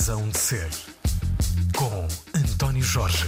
Razão de Ser, com António Jorge.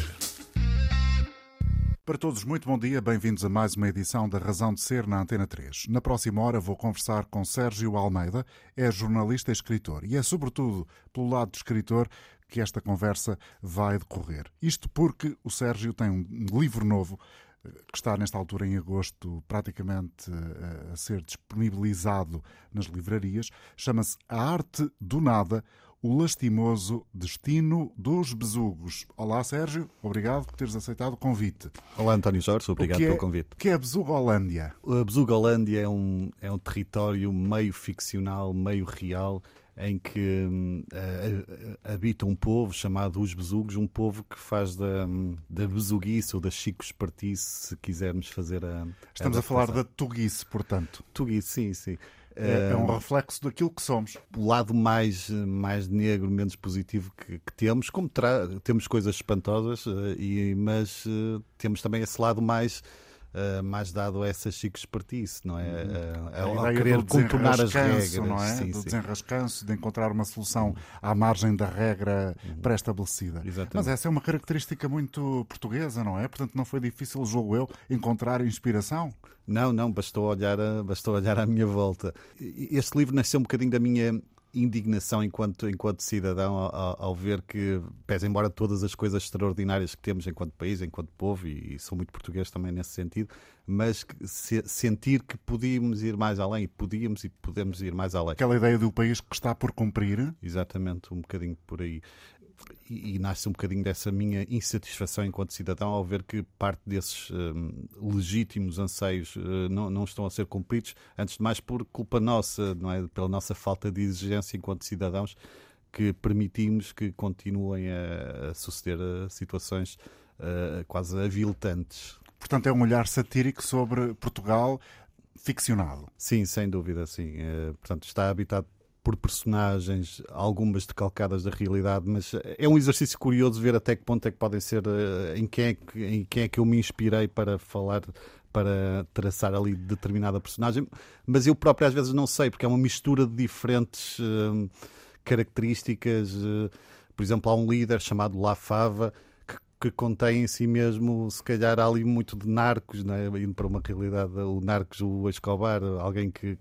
Para todos, muito bom dia. Bem-vindos a mais uma edição da Razão de Ser na Antena 3. Na próxima hora vou conversar com Sérgio Almeida, é jornalista e escritor. E é sobretudo pelo lado de escritor que esta conversa vai decorrer. Isto porque o Sérgio tem um livro novo que está nesta altura em agosto praticamente a ser disponibilizado nas livrarias. Chama-se A Arte do Nada, o lastimoso destino dos besugos. Olá, Sérgio. Obrigado por teres aceitado o convite. Olá, António Jorge. Obrigado pelo convite. O que é a Besugolândia? A Besugolândia é um território meio ficcional, meio real, em que habita um povo chamado os besugos, um povo que faz da besuguice ou da chico-espertice, se quisermos fazer a Estamos a falar da tuguice, portanto. Tuguice, sim. É um reflexo daquilo que somos. O lado mais negro, menos positivo que temos, como temos coisas espantosas, mas temos também esse lado mais dado a essa chico-espertice, não é? A querer contornar as regras. Não é? Sim, do sim. desenrascanço, de encontrar uma solução à margem da regra pré-estabelecida. Exatamente. Mas essa é uma característica muito portuguesa, não é? Portanto, não foi difícil, julgo eu, encontrar inspiração? Não, bastou olhar à minha volta. Este livro nasceu um bocadinho da minha indignação enquanto cidadão ao ver que, pese embora todas as coisas extraordinárias que temos enquanto país, enquanto povo, e sou muito português também nesse sentido, mas sentir que podíamos ir mais além, e podemos ir mais além. Aquela ideia do país que está por cumprir. Exatamente, um bocadinho por aí. E nasce um bocadinho dessa minha insatisfação enquanto cidadão ao ver que parte desses legítimos anseios não estão a ser cumpridos, antes de mais por culpa nossa, não é? Pela nossa falta de exigência enquanto cidadãos, que permitimos que continuem a suceder situações quase aviltantes. Portanto, é um olhar satírico sobre Portugal ficcionado. Sim, sem dúvida, sim. Portanto, está habitado por personagens, algumas decalcadas da realidade, mas é um exercício curioso ver até que ponto é que podem ser, em quem é que eu me inspirei para falar, para traçar ali determinada personagem, mas eu próprio às vezes não sei, porque é uma mistura de diferentes características. Por exemplo, há um líder chamado La Fava, que contém em si mesmo, se calhar há ali muito de Narcos, não é? Indo para uma realidade, o Narcos, o Escobar, alguém que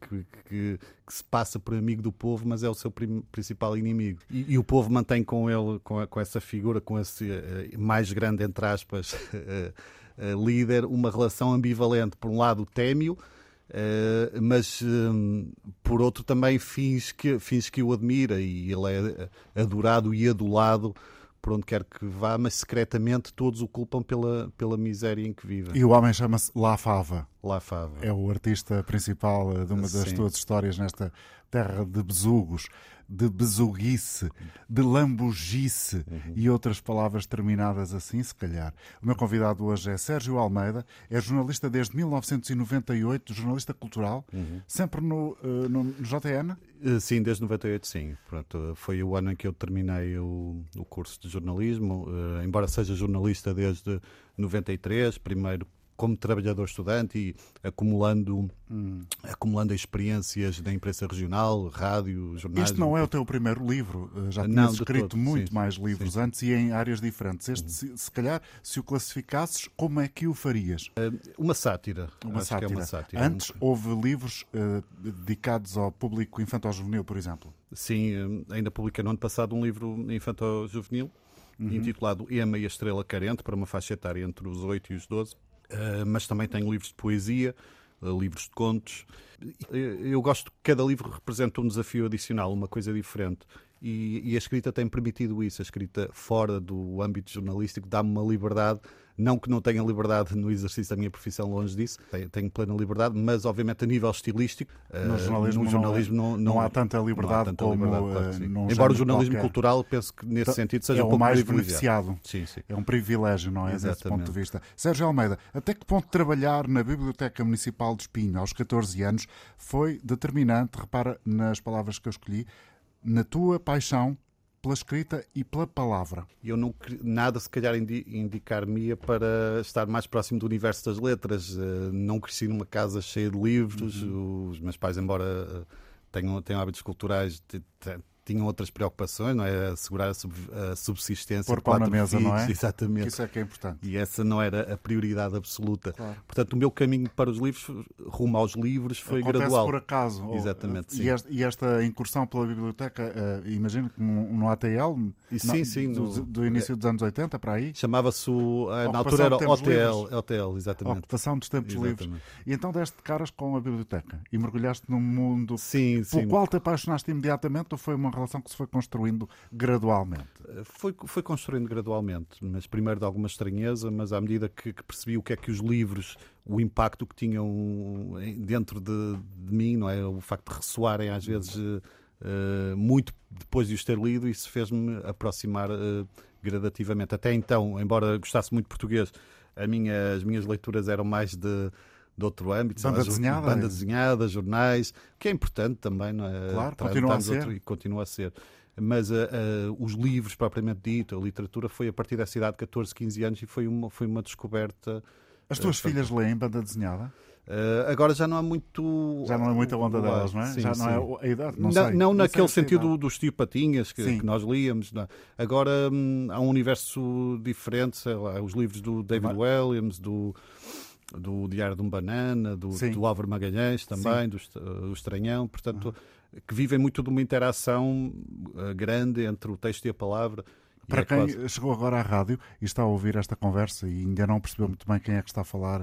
se passa por amigo do povo, mas é o seu principal inimigo. E o povo mantém com ele, com essa figura, com esse mais grande, entre aspas, líder, uma relação ambivalente. Por um lado, teme-o, mas por outro também finge que o admira, e ele é adorado e adulado por onde quer que vá, mas secretamente todos o culpam pela miséria em que vive. E o homem chama-se La Fava. La Fava. É o artista principal de uma das tuas histórias nesta terra de besugos, de besuguice, de lambugice e outras palavras terminadas assim, se calhar. O meu convidado hoje é Sérgio Almeida, é jornalista desde 1998, jornalista cultural, sempre no JN? Sim, desde 98, sim. Pronto, foi o ano em que eu terminei o curso de jornalismo, embora seja jornalista desde 93, primeiro como trabalhador estudante e acumulando experiências na imprensa regional, rádio, jornais. Este não é o teu primeiro livro, já tinhas escrito todo, muito sim, mais livros sim. antes e em áreas diferentes. Este, se calhar, se o classificasses, como é que o farias? Uma sátira. Uma Que é uma sátira. Antes houve livros dedicados ao público infanto-juvenil, por exemplo. Sim, ainda publiquei no ano passado um livro infanto-juvenil intitulado Ema e a Estrela Carente, para uma faixa etária entre os 8 e os 12. Mas também tenho livros de poesia, livros de contos. Eu gosto que cada livro representa um desafio adicional, uma coisa diferente. E a escrita tem permitido isso. A escrita fora do âmbito jornalístico dá-me uma liberdade, não que não tenha liberdade no exercício da minha profissão, longe disso, tenho plena liberdade, mas obviamente a nível estilístico, no jornalismo não há tanta liberdade como num embora o jornalismo qualquer. Cultural, penso que nesse sentido seja um pouco mais privilegiado. beneficiado. Sim. É um privilégio, não é? Exatamente. Desse ponto de vista. Sérgio Almeida, até que ponto trabalhar na Biblioteca Municipal de Espinho aos 14 anos foi determinante, repara nas palavras que eu escolhi, na tua paixão pela escrita e pela palavra? Eu não nada se calhar indicar-me para estar mais próximo do universo das letras. Não cresci numa casa cheia de livros. Os meus pais, embora tenham hábitos culturais, tinham outras preocupações, não é? Assegurar a subsistência Pôr de pão 4 na mesa, filhos, não é? exatamente. Isso é que é importante. E essa não era a prioridade absoluta. Claro. Portanto, o meu caminho para os livros, rumo aos livros, foi Acontece gradual. por acaso. Exatamente, sim. E esta incursão pela biblioteca, imagino que no ATL, Sim, do início dos anos 80, para aí? Chamava-se, na altura Ocupação era de Tempos Livres. OTL, exatamente. Ocupação dos Tempos Exatamente. Livres. E então deste de caras com a biblioteca e mergulhaste num mundo Sim. pelo qual te apaixonaste imediatamente ou foi uma relação que se foi construindo gradualmente? Foi construindo gradualmente, mas primeiro de alguma estranheza, mas à medida que percebi o que é que os livros, o impacto que tinham dentro de mim, não é? O facto de ressoarem às vezes muito depois de os ter lido, isso fez-me aproximar gradativamente. Até então, embora gostasse muito de português, as minhas leituras eram mais de outro âmbito, banda desenhada, jornais, que é importante também, não é? Claro, continua a ser. E continua a ser. Mas os livros propriamente dito, a literatura, foi a partir dessa idade de 14, 15 anos e foi uma descoberta. As tuas filhas leem banda desenhada? Agora já não há muito. Já não é muita onda delas, não é? Sim, já sim. não é a idade, não Não, sei. não naquele sentido idade. dos Tio Patinhas que nós líamos. Não. Agora há um universo diferente, sei lá, os livros do David Williams, do Diário de um Banana, do Álvaro Magalhães também, do Estranhão, portanto, que vivem muito de uma interação grande entre o texto e a palavra. Para quem chegou agora à rádio e está a ouvir esta conversa e ainda não percebeu muito bem quem é que está a falar,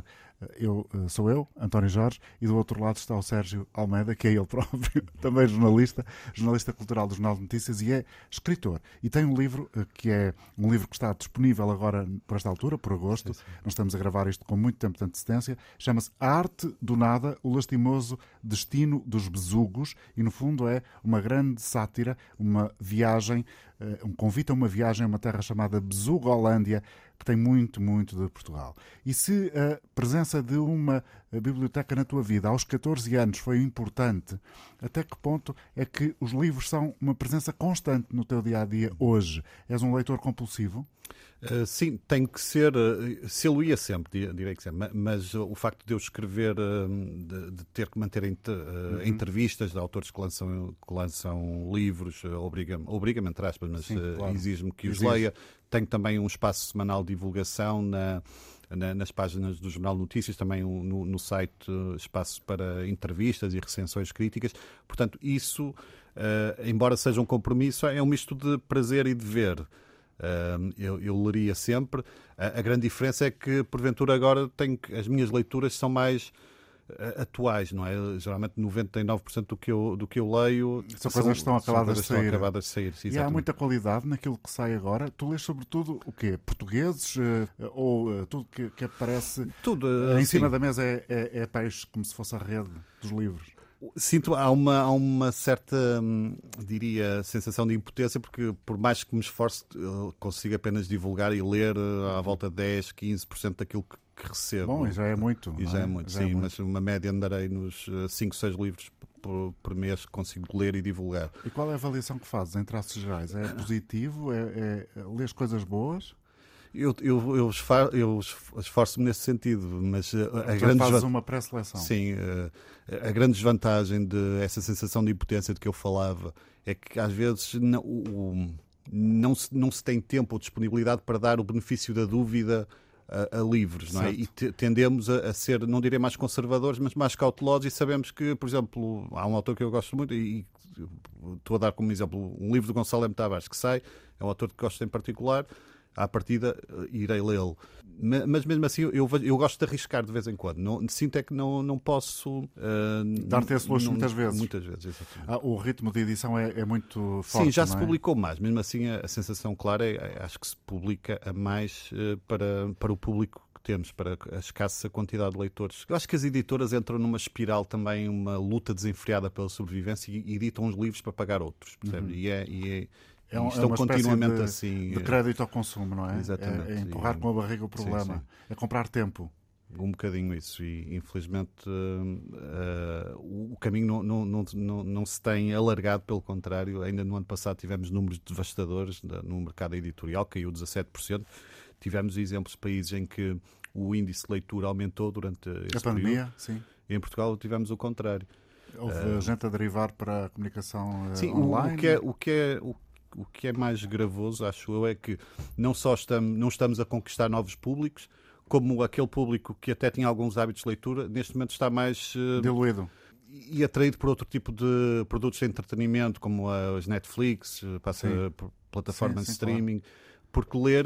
sou eu, António Jorge, e do outro lado está o Sérgio Almeida, que é ele próprio, também jornalista cultural do Jornal de Notícias e é escritor. E tem um livro que é um livro que está disponível agora por esta altura, por agosto. Sim. Nós estamos a gravar isto com muito tempo de antecedência. Chama-se A Arte do Nada, o Lastimoso Destino dos Besugos e no fundo é uma grande sátira, uma viagem, um convite a uma viagem a uma terra chamada Besugolândia, que tem muito, muito de Portugal. E se a presença de uma biblioteca na tua vida aos 14 anos foi importante, até que ponto é que os livros são uma presença constante no teu dia-a-dia hoje? És um leitor compulsivo? Sim, tem que ser. Se eu ia sempre, direi que sempre, mas o facto de eu escrever, de ter que manter entrevistas de autores que lançam livros, obriga-me, entre aspas, mas claro, exige-me que os leia. Tenho também um espaço semanal de divulgação nas páginas do Jornal de Notícias, também no site espaço para entrevistas e recensões críticas. Portanto, isso, embora seja um compromisso, é um misto de prazer e dever. Eu leria sempre. A grande diferença é que, porventura, agora as minhas leituras são mais atuais, não é? Geralmente 99% do que eu leio são coisas que estão acabadas de sair. E há muita qualidade naquilo que sai agora. Tu lês sobretudo o quê? Portugueses? Ou tudo que aparece tudo, em cima da mesa é peixe, como se fosse a rede dos livros? Sinto, há uma certa, diria, sensação de impotência, porque por mais que me esforce, consigo apenas divulgar e ler à volta de 10, 15% daquilo que recebo. Bom, e já é muito. Já é muito, sim, mas uma média andarei nos 5, 6 livros por mês que consigo ler e divulgar. E qual é a avaliação que fazes em traços gerais? É positivo? Lês coisas boas? Eu esforço-me nesse sentido, mas fazes uma pré-seleção. Sim, a grande desvantagem dessa sensação de impotência de que eu falava é que às vezes não se tem tempo ou disponibilidade para dar o benefício da dúvida a livros, não é? E tendemos a ser, não direi mais conservadores, mas mais cautelosos, e sabemos que, por exemplo, há um autor que eu gosto muito e estou a dar como exemplo um livro do Gonçalo M. Tavares que sai, é um autor que gosto em particular. À partida irei lê-lo. Mas mesmo assim eu gosto de arriscar de vez em quando. Sinto é que não posso... dar-te esse luxo muitas vezes. Muitas vezes, exatamente. O ritmo de edição é muito forte. Sim, já se publicou mais. Mesmo assim a sensação clara acho que se publica a mais para o público que temos, para a escassa quantidade de leitores. Eu acho que as editoras entram numa espiral também, uma luta desenfreada pela sobrevivência e editam uns livros para pagar outros, percebe? Estão uma continuamente assim. De crédito ao consumo, não é? Exatamente. É empurrar com a barriga o problema. Sim. É comprar tempo. Um bocadinho isso. E infelizmente o caminho não se tem alargado, pelo contrário. Ainda no ano passado tivemos números devastadores no mercado editorial, caiu 17%. Tivemos exemplos de países em que o índice de leitura aumentou durante esse a pandemia, período. sim. E em Portugal tivemos o contrário. Houve gente a derivar para a comunicação online? O que é mais gravoso, acho eu, é que não só não estamos a conquistar novos públicos, como aquele público que até tinha alguns hábitos de leitura, neste momento está mais diluído e atraído por outro tipo de produtos de entretenimento, como as Netflix, passa por plataformas de streaming, claro. Porque ler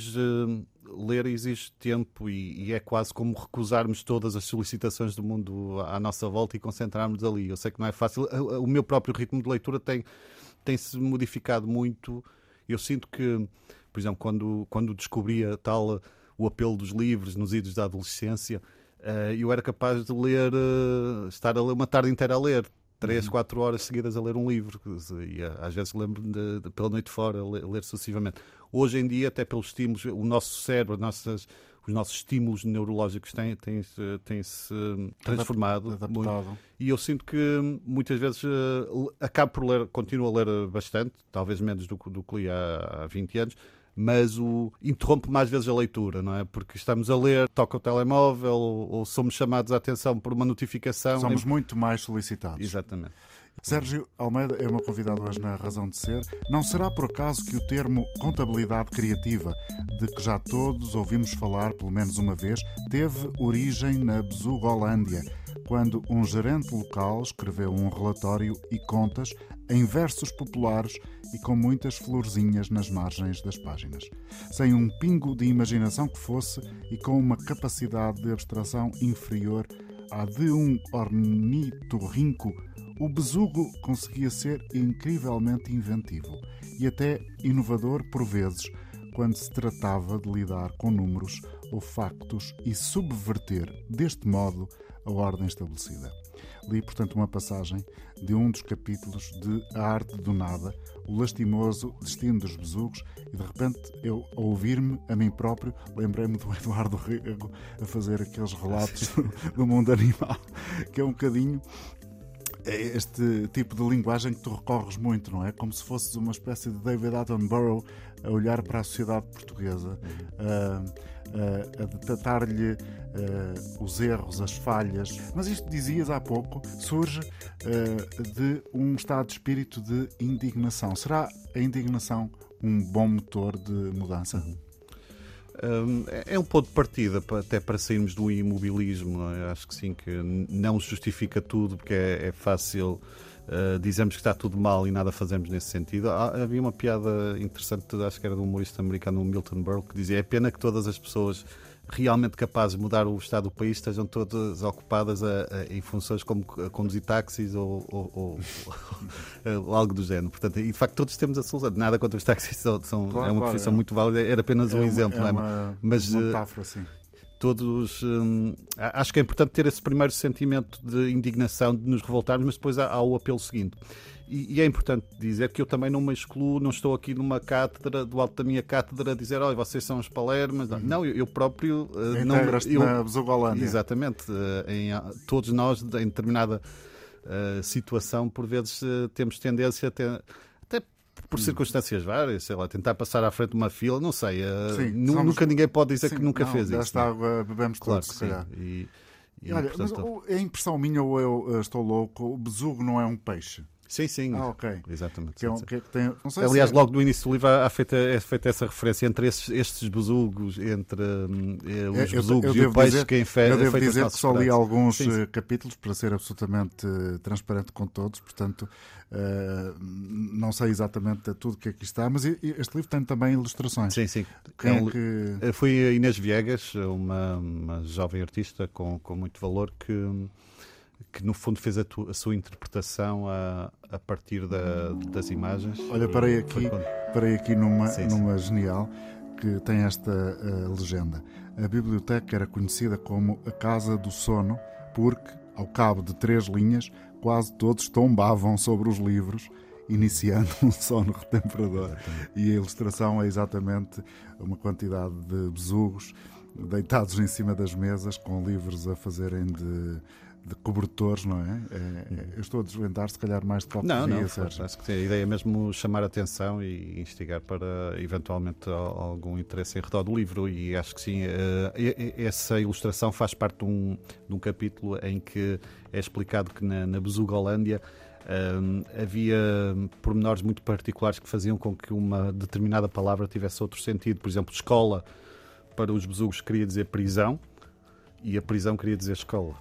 exige tempo e é quase como recusarmos todas as solicitações do mundo à nossa volta e concentrarmos ali. Eu sei que não é fácil. O meu próprio ritmo de leitura tem-se modificado muito. Eu sinto que, por exemplo, quando descobria o apelo dos livros nos idos da adolescência, eu era capaz de estar a ler uma tarde inteira a ler, 3, 4 horas seguidas a ler um livro, e às vezes lembro-me de pela noite fora ler sucessivamente. Hoje em dia, até pelos estímulos, o nosso cérebro, os nossos estímulos neurológicos têm-se transformado muito, e eu sinto que muitas vezes acabo por ler, continuo a ler bastante, talvez menos do que li há 20 anos, mas interrompe mais vezes a leitura, não é? Porque estamos a ler, toca o telemóvel ou somos chamados a atenção por uma notificação. Somos muito mais solicitados. Exatamente. Sérgio Almeida é o meu convidado hoje na Razão de Ser. Não será por acaso que o termo contabilidade criativa, de que já todos ouvimos falar pelo menos uma vez, teve origem na Besugolândia, quando um gerente local escreveu um relatório e contas em versos populares e com muitas florzinhas nas margens das páginas. Sem um pingo de imaginação que fosse e com uma capacidade de abstração inferior à de um ornitorrinco, o besugo conseguia ser incrivelmente inventivo e até inovador por vezes, quando se tratava de lidar com números ou factos e subverter, deste modo, a ordem estabelecida. Li, portanto, uma passagem de um dos capítulos de A Arte do Nada, o lastimoso destino dos besugos, e de repente eu, ao ouvir-me a mim próprio, lembrei-me do Eduardo Rego a fazer aqueles relatos do mundo animal, que é um bocadinho este tipo de linguagem que tu recorres muito, não é? Como se fosses uma espécie de David Attenborough a olhar para a sociedade portuguesa, a detectar-lhe os erros, as falhas. Mas isto, dizias há pouco, surge de um estado de espírito de indignação. Será a indignação um bom motor de mudança? É um ponto de partida até para sairmos do imobilismo, não é? Acho que sim, que não justifica tudo, porque é fácil dizermos que está tudo mal e nada fazemos nesse sentido. Havia uma piada interessante, acho que era do humorista americano Milton Berle, que dizia: é pena que todas as pessoas realmente capazes de mudar o estado do país estejam todas ocupadas em funções como conduzir táxis ou algo do género. Portanto, e de facto todos temos a solução. Nada contra os táxis, é uma profissão muito válida. Era apenas um exemplo. Uma metáfora, sim. Todos, acho que é importante ter esse primeiro sentimento de indignação, de nos revoltarmos, mas depois há o apelo seguinte. E é importante dizer que eu também não me excluo, não estou aqui numa cátedra, do alto da minha cátedra, a dizer: olha, vocês são os palermas. Não, eu próprio... Integraste na Besugolândia. Exatamente. Todos nós, em determinada situação, por vezes temos tendência até por circunstâncias várias, sei lá, tentar passar à frente de uma fila, não sei. Nunca ninguém pode dizer que nunca fez isso. Desta água bebemos claro todos, se calhar. Olha, mas é impressão minha ou eu estou louco? O besugo não é um peixe? Sim. Ok. Exatamente. Não sei aliás, logo no início do livro é feita essa referência entre estes besugos, entre os besugos e o peixe que eu devo dizer que só li alguns capítulos para ser absolutamente transparente com todos, portanto não sei exatamente tudo o que aqui está, mas este livro tem também ilustrações. Sim. Foi a Inês Viegas, uma jovem artista com muito valor, que no fundo fez a sua interpretação a partir das imagens. Olha, parei aqui numa genial que tem esta legenda. A biblioteca era conhecida como a Casa do Sono porque, ao cabo de 3 linhas, quase todos tombavam sobre os livros, iniciando um sono retemperador. E a ilustração é exatamente uma quantidade de besugos deitados em cima das mesas, com livros a fazerem de cobertores, não é? Eu estou a desvendar, se calhar, mais de calcofia, Sérgio. Acho que a ideia é mesmo chamar a atenção e instigar para, eventualmente, algum interesse em redor do livro. E acho que sim, essa ilustração faz parte de um capítulo em que é explicado que na Besugolândia havia pormenores muito particulares que faziam com que uma determinada palavra tivesse outro sentido. Por exemplo, escola, para os besugos, queria dizer prisão, e a prisão queria dizer escola.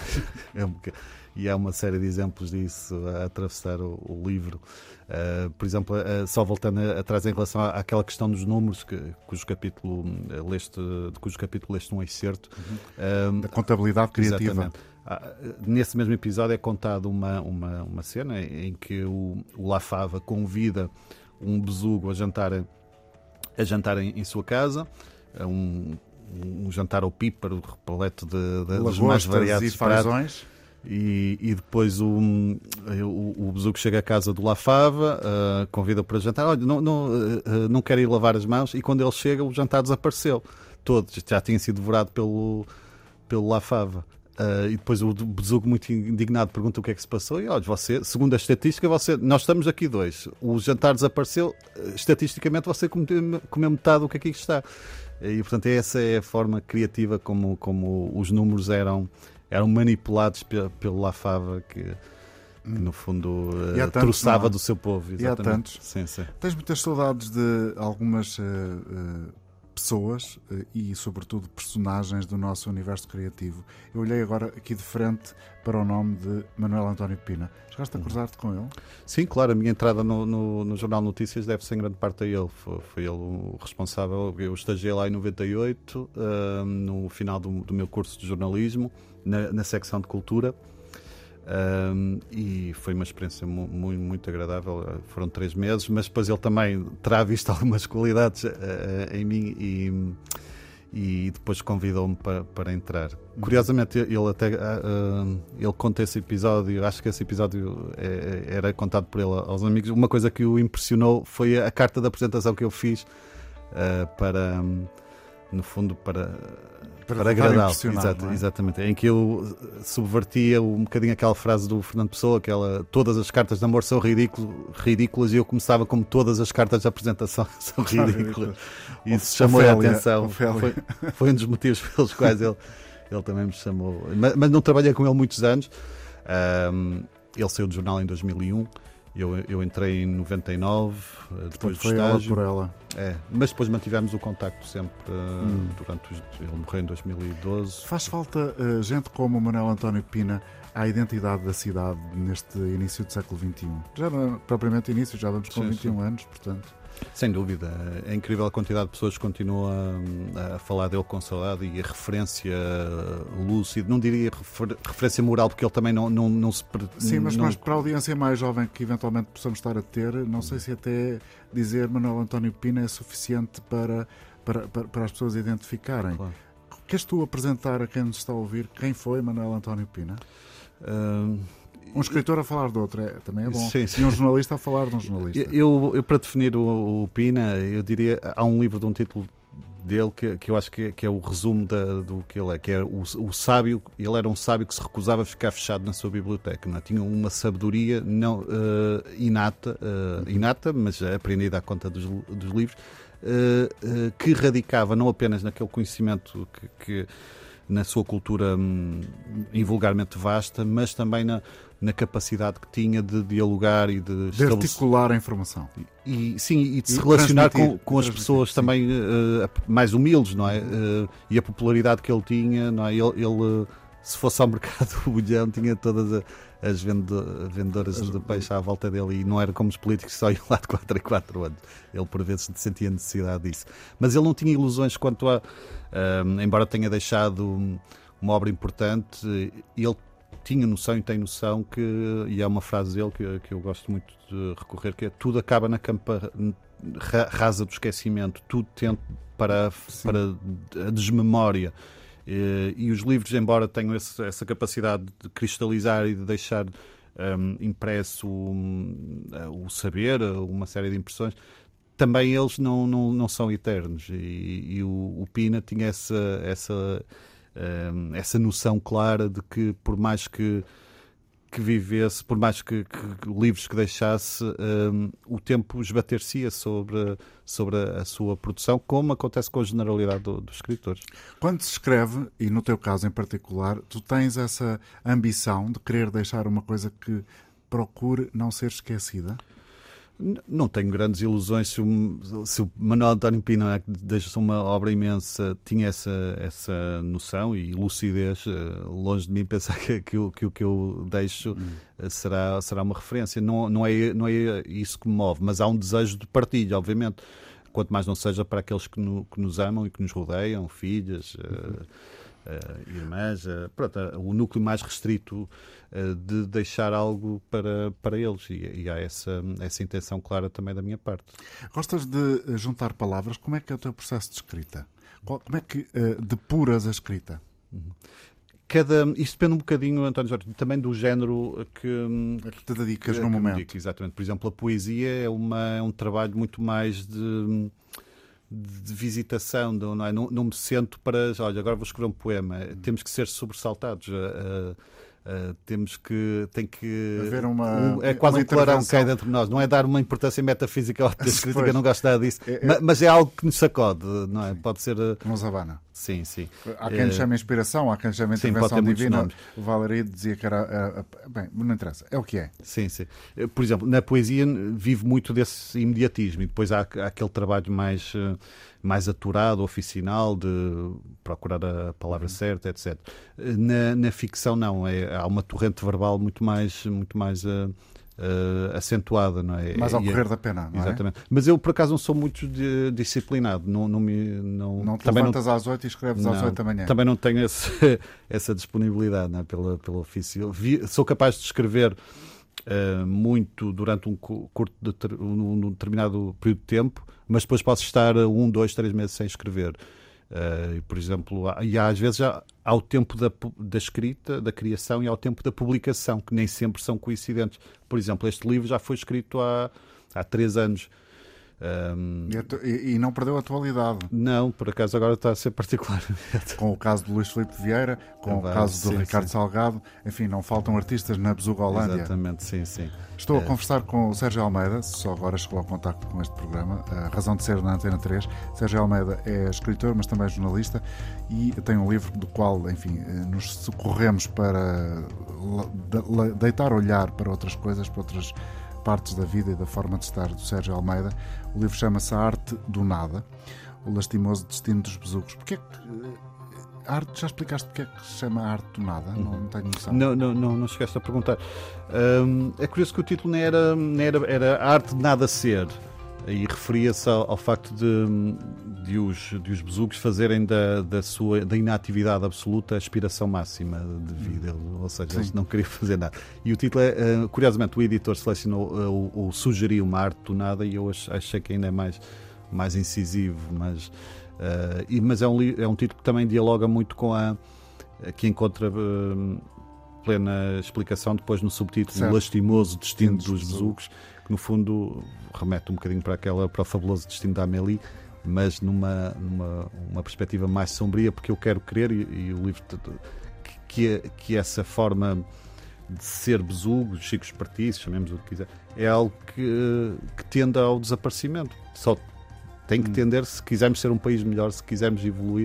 E há uma série de exemplos disso a atravessar o livro. Por exemplo, só voltando atrás em relação àquela questão dos números, cujo capítulo leste um excerto. Da contabilidade criativa. Exatamente. Nesse mesmo episódio é contada uma cena em que o Lafava convida um besugo a jantar em sua casa, um jantar ao píparo, repleto dos mais variados pratos. E depois o besugo chega à casa do Lafava, convida-o para jantar. Olha, não quer ir lavar as mãos, e quando ele chega o jantar desapareceu todo, já tinha sido devorado pelo Lafava. E depois o besugo, muito indignado, pergunta o que é que se passou. E olha, segundo a estatística, nós estamos aqui dois, o jantar desapareceu, estatisticamente você comeu metade do que aqui está. E portanto essa é a forma criativa como os números eram manipulados pelo Lafava, que no fundo troçava do seu povo. Exatamente. E há tantos. Sim. Tens muitas saudades de algumas pessoas e, sobretudo, personagens do nosso universo criativo. Eu olhei agora aqui de frente para o nome de Manuel António Pina. Chegaste a cruzar-te com ele? Sim, claro. A minha entrada no Jornal Notícias deve-se em grande parte a ele. Foi ele o responsável. Eu estagiei lá em 98, no final do meu curso de jornalismo, na secção de cultura. E foi uma experiência muito agradável. Foram 3 meses, mas depois ele também terá visto algumas qualidades em mim e depois convidou-me para entrar. Curiosamente, ele conta esse episódio. Acho que esse episódio era contado por ele aos amigos. Uma coisa que o impressionou foi a carta de apresentação que eu fiz no fundo, para agradá-lo. Exatamente. Em que eu subvertia um bocadinho aquela frase do Fernando Pessoa, todas as cartas de amor são ridículas, e eu começava como todas as cartas de apresentação são ridículas. Isso chamou a atenção. Foi um dos motivos pelos quais ele também me chamou. Mas não trabalhei com ele muitos anos. Ele saiu do jornal em 2001. Eu entrei em 99, depois do estágio. Por ela. Mas depois mantivemos o contacto sempre ele morreu em 2012. Faz falta gente como o Manuel António Pina à identidade da cidade neste início do século XXI. Já não é propriamente início, já vamos com 21 anos, portanto. Sem dúvida. É incrível a quantidade de pessoas que continuam a falar dele com saudade, e a referência lúcida, não diria referência moral, porque ele também não se... Sim, mas para a audiência mais jovem que eventualmente possamos estar a ter, não sei se até dizer Manuel António Pina é suficiente para as pessoas identificarem. Claro. Queres tu apresentar a quem nos está a ouvir quem foi Manuel António Pina? Um escritor a falar de outro também é bom. Sim. E um jornalista a falar de um jornalista. Eu para definir o Pina, eu diria, há um livro de um título dele que eu acho que é o resumo do que ele é, que é o sábio. Ele era um sábio que se recusava a ficar fechado na sua biblioteca, não é? Tinha uma sabedoria não inata, mas aprendida à conta dos livros, que radicava não apenas naquele conhecimento que na sua cultura invulgarmente vasta, mas também na capacidade que tinha de dialogar e de articular a informação. E de se relacionar com as pessoas também mais humildes, não é? E a popularidade que ele tinha, não é? Ele se fosse ao mercado do Bolhão, tinha todas as vendedoras de peixe à volta dele, e não era como os políticos que só iam lá de 4 em 4 anos. Ele por vezes sentia necessidade disso. Mas ele não tinha ilusões quanto a... embora tenha deixado uma obra importante, ele tinha noção e tem noção e é uma frase dele que eu gosto muito de recorrer, que é: tudo acaba na campa rasa do esquecimento, tudo tende para a desmemória. E os livros, embora tenham essa capacidade de cristalizar e de deixar impresso o saber, uma série de impressões, também eles não são eternos. E o Pina tinha essa essa noção clara de que por mais que vivesse, por mais que livros que deixasse, o tempo esbater-se-ia sobre a sua produção, como acontece com a generalidade dos escritores. Quando se escreve, e no teu caso em particular, tu tens essa ambição de querer deixar uma coisa que procure não ser esquecida? Não tenho grandes ilusões se o Manuel António Pina, que deixa uma obra imensa, tinha essa noção e lucidez. Longe de mim pensar que o que eu deixo será uma referência. Não é isso que me move, mas há um desejo de partilha, obviamente. Quanto mais não seja para aqueles que nos amam e que nos rodeiam, filhas, irmãs, pronto, o núcleo mais restrito de deixar algo para eles, e há essa intenção clara também da minha parte. Gostas de juntar palavras? Como é que é o teu processo de escrita? Como é que depuras a escrita? Isto depende um bocadinho, António Jorge, também do género que te dedicas no momento. Exatamente. Por exemplo, a poesia é um trabalho muito mais de visitação, não é? Não me sento para, olha, agora vou escrever um poema. Temos que ser sobressaltados. Tem que haver é quase um clarão que cai dentro de nós. Não é dar uma importância metafísica à escrita, eu não gosto nada disso, mas é algo que nos sacode, não é? Pode ser nos abana. Sim. Há quem lhe chame inspiração, há quem lhe chame intervenção divina. O Valéry dizia que era bem, não interessa, é o que é. Sim. Por exemplo, na poesia vive muito desse imediatismo, e depois há aquele trabalho mais aturado, oficinal, de procurar a palavra certa, etc. Na ficção não, há uma torrente verbal muito mais acentuada, não é? Mais ao correr da pena, não é? Exatamente. Mas eu, por acaso, não sou muito disciplinado. Não te levantas às 8 e escreves às 8 da manhã. Também não tenho essa disponibilidade, não é? Pelo ofício. Sou capaz de escrever muito durante um determinado período de tempo, mas depois posso estar 1, 2, 3 meses sem escrever. Por exemplo, às vezes há o tempo da escrita, da criação, e há o tempo da publicação, que nem sempre são coincidentes. Por exemplo, este livro já foi escrito há 3 anos. E não perdeu a atualidade? Não, por acaso agora está a ser particular. Com o caso do Luís Filipe Vieira, com o caso do Ricardo Salgado, enfim, não faltam artistas na Besuga-Holândia. Exatamente, sim. Estou a conversar com o Sérgio Almeida, só agora chegou ao contacto com este programa, a razão de ser na Antena 3. Sérgio Almeida é escritor, mas também é jornalista, e tem um livro do qual, enfim, nos socorremos para deitar olhar para outras coisas, para outras partes da vida e da forma de estar do Sérgio Almeida. O livro chama-se A Arte do Nada, o lastimoso destino dos besugos. Porquê a arte, já explicaste porque é que se chama Arte do Nada? Não tenho noção. Não chegaste a perguntar. É curioso que o título era A Arte de Nada Ser, e referia-se ao facto de os besugos fazerem da inatividade absoluta a aspiração máxima de vida, ou seja, eles não queriam fazer nada. E o título curiosamente, o editor selecionou ou sugeriu uma arte do nada, e eu achei que ainda é mais incisivo, mas é um título que também dialoga muito com que encontra plena explicação depois no subtítulo, O Lastimoso Destino dos Besugos, que no fundo remete um bocadinho para o fabuloso destino da Amélie, mas numa perspectiva mais sombria, porque eu quero crer, e o livro que essa forma de ser besugo, dos chicos partícios, chamemos o que quiser, é algo que tende ao desaparecimento. Só tem que tender, se quisermos ser um país melhor, se quisermos evoluir.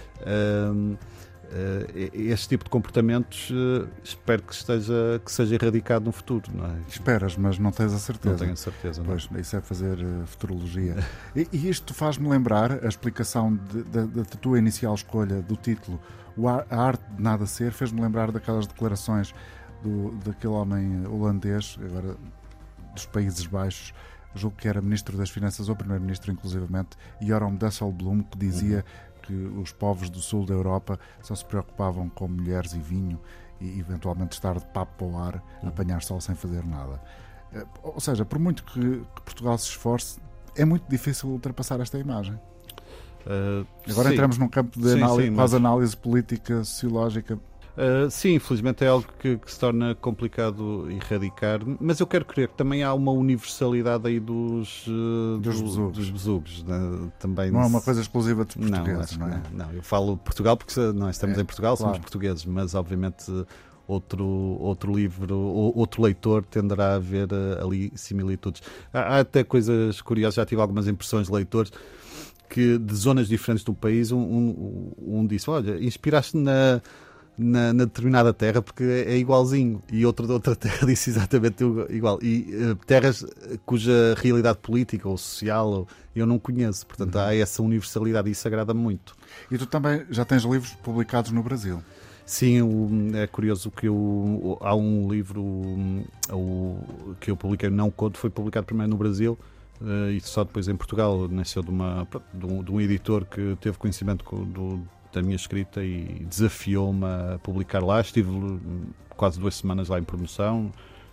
Este tipo de comportamentos espero que seja erradicado no futuro, não é? Esperas, mas não tens a certeza. Não tenho a certeza, não. Pois, isso é fazer futurologia. E isto faz-me lembrar a explicação da tua inicial escolha do título, A Arte de Nada Ser, fez-me lembrar daquelas declarações daquele homem holandês, agora dos Países Baixos, julgo que era Ministro das Finanças ou Primeiro-Ministro, inclusivamente, Joram Dijsselbloem, que dizia que os povos do sul da Europa só se preocupavam com mulheres e vinho e eventualmente estar de papo para o ar, apanhar sol sem fazer nada. Ou seja, por muito que Portugal se esforce, é muito difícil ultrapassar esta imagem. Agora entramos num campo de quase análise política, sociológica. Sim, infelizmente é algo que se torna complicado erradicar, mas eu quero crer que também há uma universalidade aí dos besugos, né? Também não é uma coisa exclusiva dos portugueses, não é? Não, eu falo Portugal porque nós estamos em Portugal, somos portugueses, mas obviamente outro livro, outro leitor tenderá a ver ali similitudes. Há até coisas curiosas, já tive algumas impressões de leitores que de zonas diferentes do país, um disse, olha, inspiraste na determinada terra porque é igualzinho, e outro de outra terra disse exatamente igual, e terras cuja realidade política ou social eu não conheço, portanto há essa universalidade e isso agrada-me muito. E tu também já tens livros publicados no Brasil? Sim, é curioso que há um livro que eu publiquei, Não Conto, foi publicado primeiro no Brasil e só depois em Portugal. Nasceu de um editor que teve conhecimento da minha escrita e desafiou-me a publicar lá. Estive quase 2 semanas lá em promoção,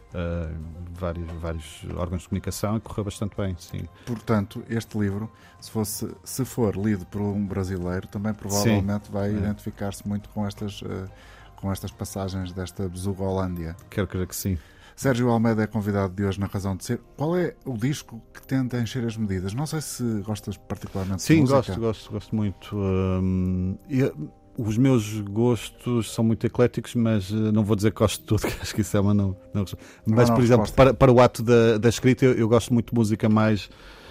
vários órgãos de comunicação, e correu bastante bem, sim. Portanto, este livro, se for lido por um brasileiro, também provavelmente vai identificar-se muito com estas passagens desta Besugo-Holândia. Quero crer que sim. Sérgio Almeida é convidado de hoje na Razão de Ser. Qual é o disco que tenta encher as medidas? Não sei se gostas particularmente de música. Sim, gosto muito. Os meus gostos são muito ecléticos, mas não vou dizer que gosto de tudo, que acho que isso é uma não. Mas, por exemplo, para o ato da escrita, eu gosto muito de música mais...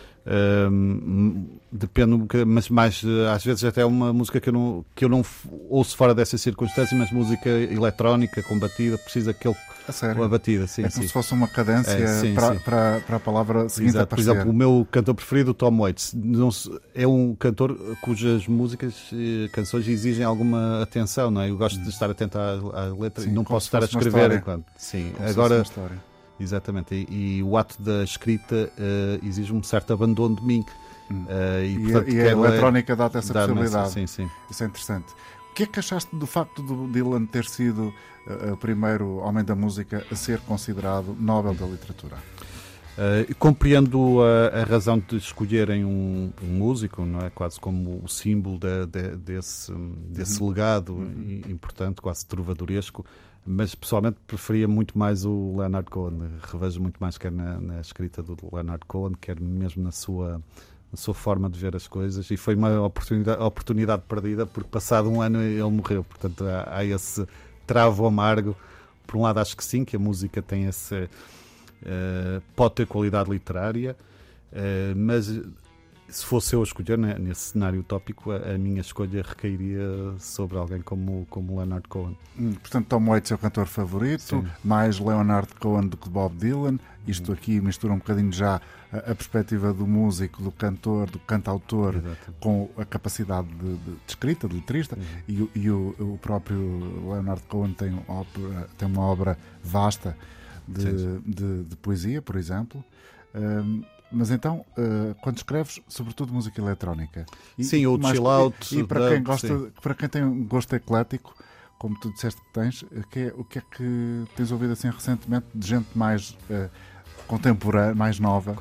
depende, mas mais às vezes até uma música que eu não ouço fora dessa circunstância, mas música eletrónica com batida, precisa aquele a batida, sim, como se fosse uma cadência para a palavra seguinte. Exato. Por exemplo, o meu cantor preferido, o Tom Waits, é um cantor cujas canções exigem alguma atenção, não é? Eu gosto de estar atento à letra, e não posso estar a escrever enquanto. Sim, agora exatamente, e o ato da escrita exige um certo abandono de mim. Portanto, a eletrónica dá-te essa possibilidade. Sim. Isso é interessante. O que é que achaste do facto do Dylan ter sido o primeiro homem da música a ser considerado Nobel da Literatura? Compreendo a razão de escolherem um músico, não é? Quase como o símbolo desse legado importante, quase trovadoresco. Mas pessoalmente preferia muito mais o Leonard Cohen. Revejo muito mais quer na escrita do Leonard Cohen, quer mesmo na sua forma de ver as coisas, e foi uma oportunidade perdida porque passado um ano ele morreu. Portanto há esse travo amargo. Por um lado acho que sim, que a música tem pode ter qualidade literária, mas se fosse eu a escolher nesse cenário utópico, a minha escolha recairia sobre alguém como Leonard Cohen. Portanto, Tom Waits é o cantor favorito, sim, mais Leonard Cohen do que Bob Dylan. Isto aqui mistura um bocadinho já a perspectiva do músico, do cantor, do cantautor, com a capacidade de escrita, de letrista, e o próprio Leonard Cohen tem uma obra vasta de poesia, por exemplo. Mas então, quando escreves, sobretudo música eletrónica, sim, ou chill out, e para quem tem um gosto eclético, como tu disseste que tens, o que é que tens ouvido assim recentemente de gente mais contemporânea, mais nova,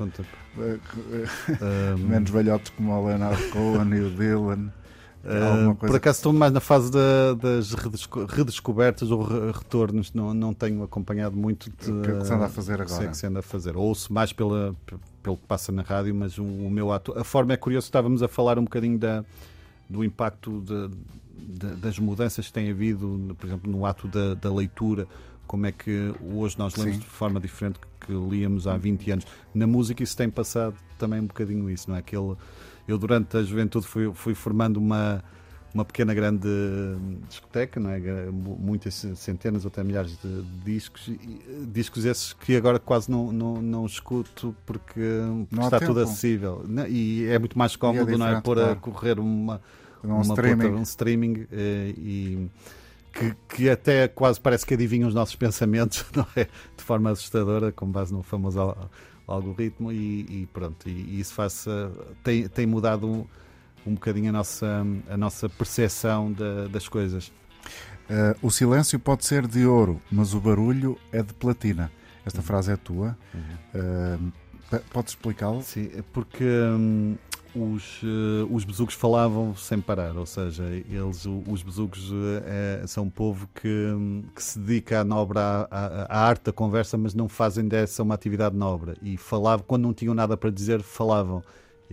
menos velhotes como o Leonard Cohen e o Dylan? Por acaso estou mais na fase das redescobertas ou retornos, não tenho acompanhado muito o que se anda a fazer agora. Sei que se anda a fazer. Ouço mais pelo que passa na rádio, mas o meu ato, a forma é curiosa. Estávamos a falar um bocadinho do impacto das mudanças que tem havido, por exemplo, no ato da leitura. Como é que hoje nós lemos de forma diferente que líamos há 20 anos. Na música isso tem passado também um bocadinho isso, não é? Eu durante a juventude fui formando uma pequena grande discoteca, não é? Muitas centenas ou até milhares de discos esses que agora quase não escuto porque está tudo acessível, e é muito mais cómodo, não é? Pôr a correr um streaming e que até quase parece que adivinha os nossos pensamentos, não é? De forma assustadora, com base no famoso algoritmo, e pronto, e isso tem mudado um bocadinho a nossa percepção das coisas. O silêncio pode ser de ouro, mas o barulho é de platina. Esta frase é tua. Podes explicá-lo? Sim, porque os besugos falavam sem parar, ou seja, os besugos são um povo que se dedica à nobre, à arte da conversa, mas não fazem dessa uma atividade nobre. E falavam, quando não tinham nada para dizer, falavam.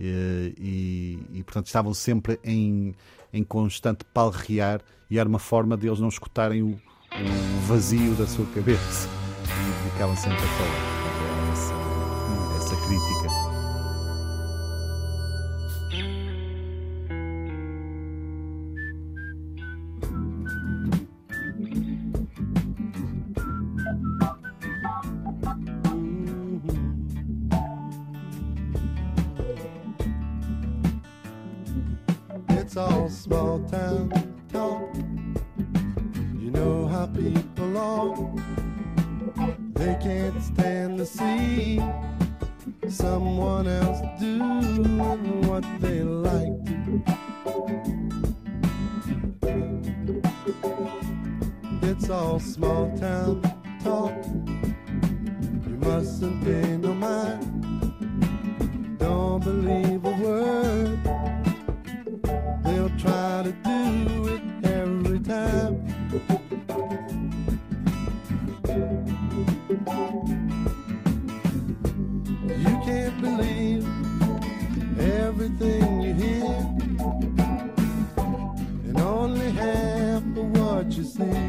E portanto, estavam sempre em constante palrear, e era uma forma de eles não escutarem o vazio da sua cabeça. E ficavam sempre a falar. Essa crítica. It's all small town talk. You know how people are. They can't stand to see someone else doing what they like to. It's all small town talk. You mustn't pay no mind. Don't believe a word. They'll try to do it every time. You can't believe everything you hear, and only half of what you see.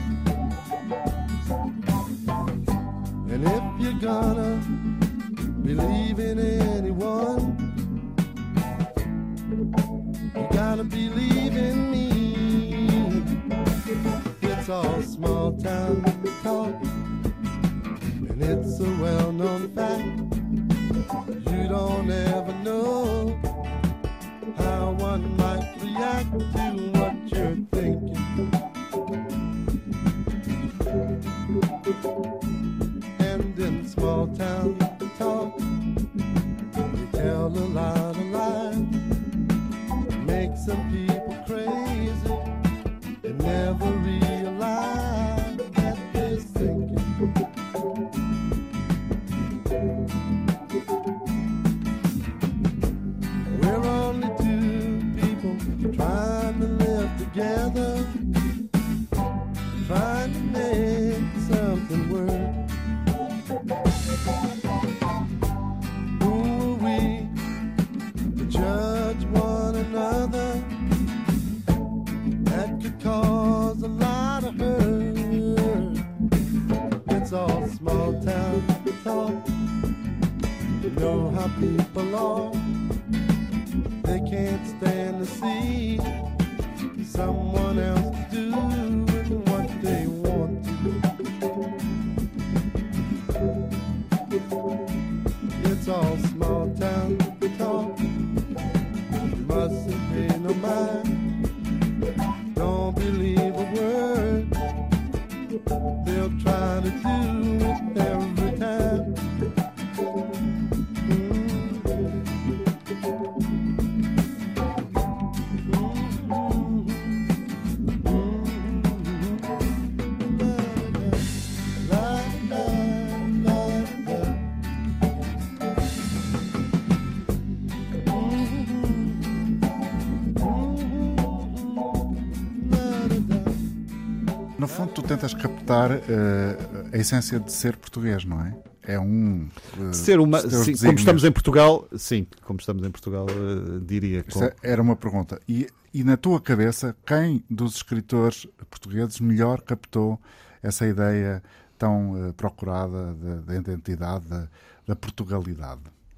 And if you're gonna believe in anyone, you gotta believe in me. It's all small town talk, and it's a well-known fact. You don't ever know how one might react to what you're thinking. And in small town talk, you tell a lot of lies, make some people crazy and never realize that they're thinking. We're only two people trying to live together, trying to make something work. Who are we to judge one another? That could cause a lot of hurt. It's all small town talk. You know how people are. They can't stand to see someone else doing what they want to do. It's all small town talk. You mustn't pay no mind. Don't believe a word. They'll try to do it every time. No fundo, tu tentas captar a essência de ser português, não é? É um... Sim, como estamos em Portugal, sim, como estamos em Portugal, diria. Era uma pergunta. E na tua cabeça, quem dos escritores portugueses melhor captou essa ideia tão procurada da identidade, da Portugalidade?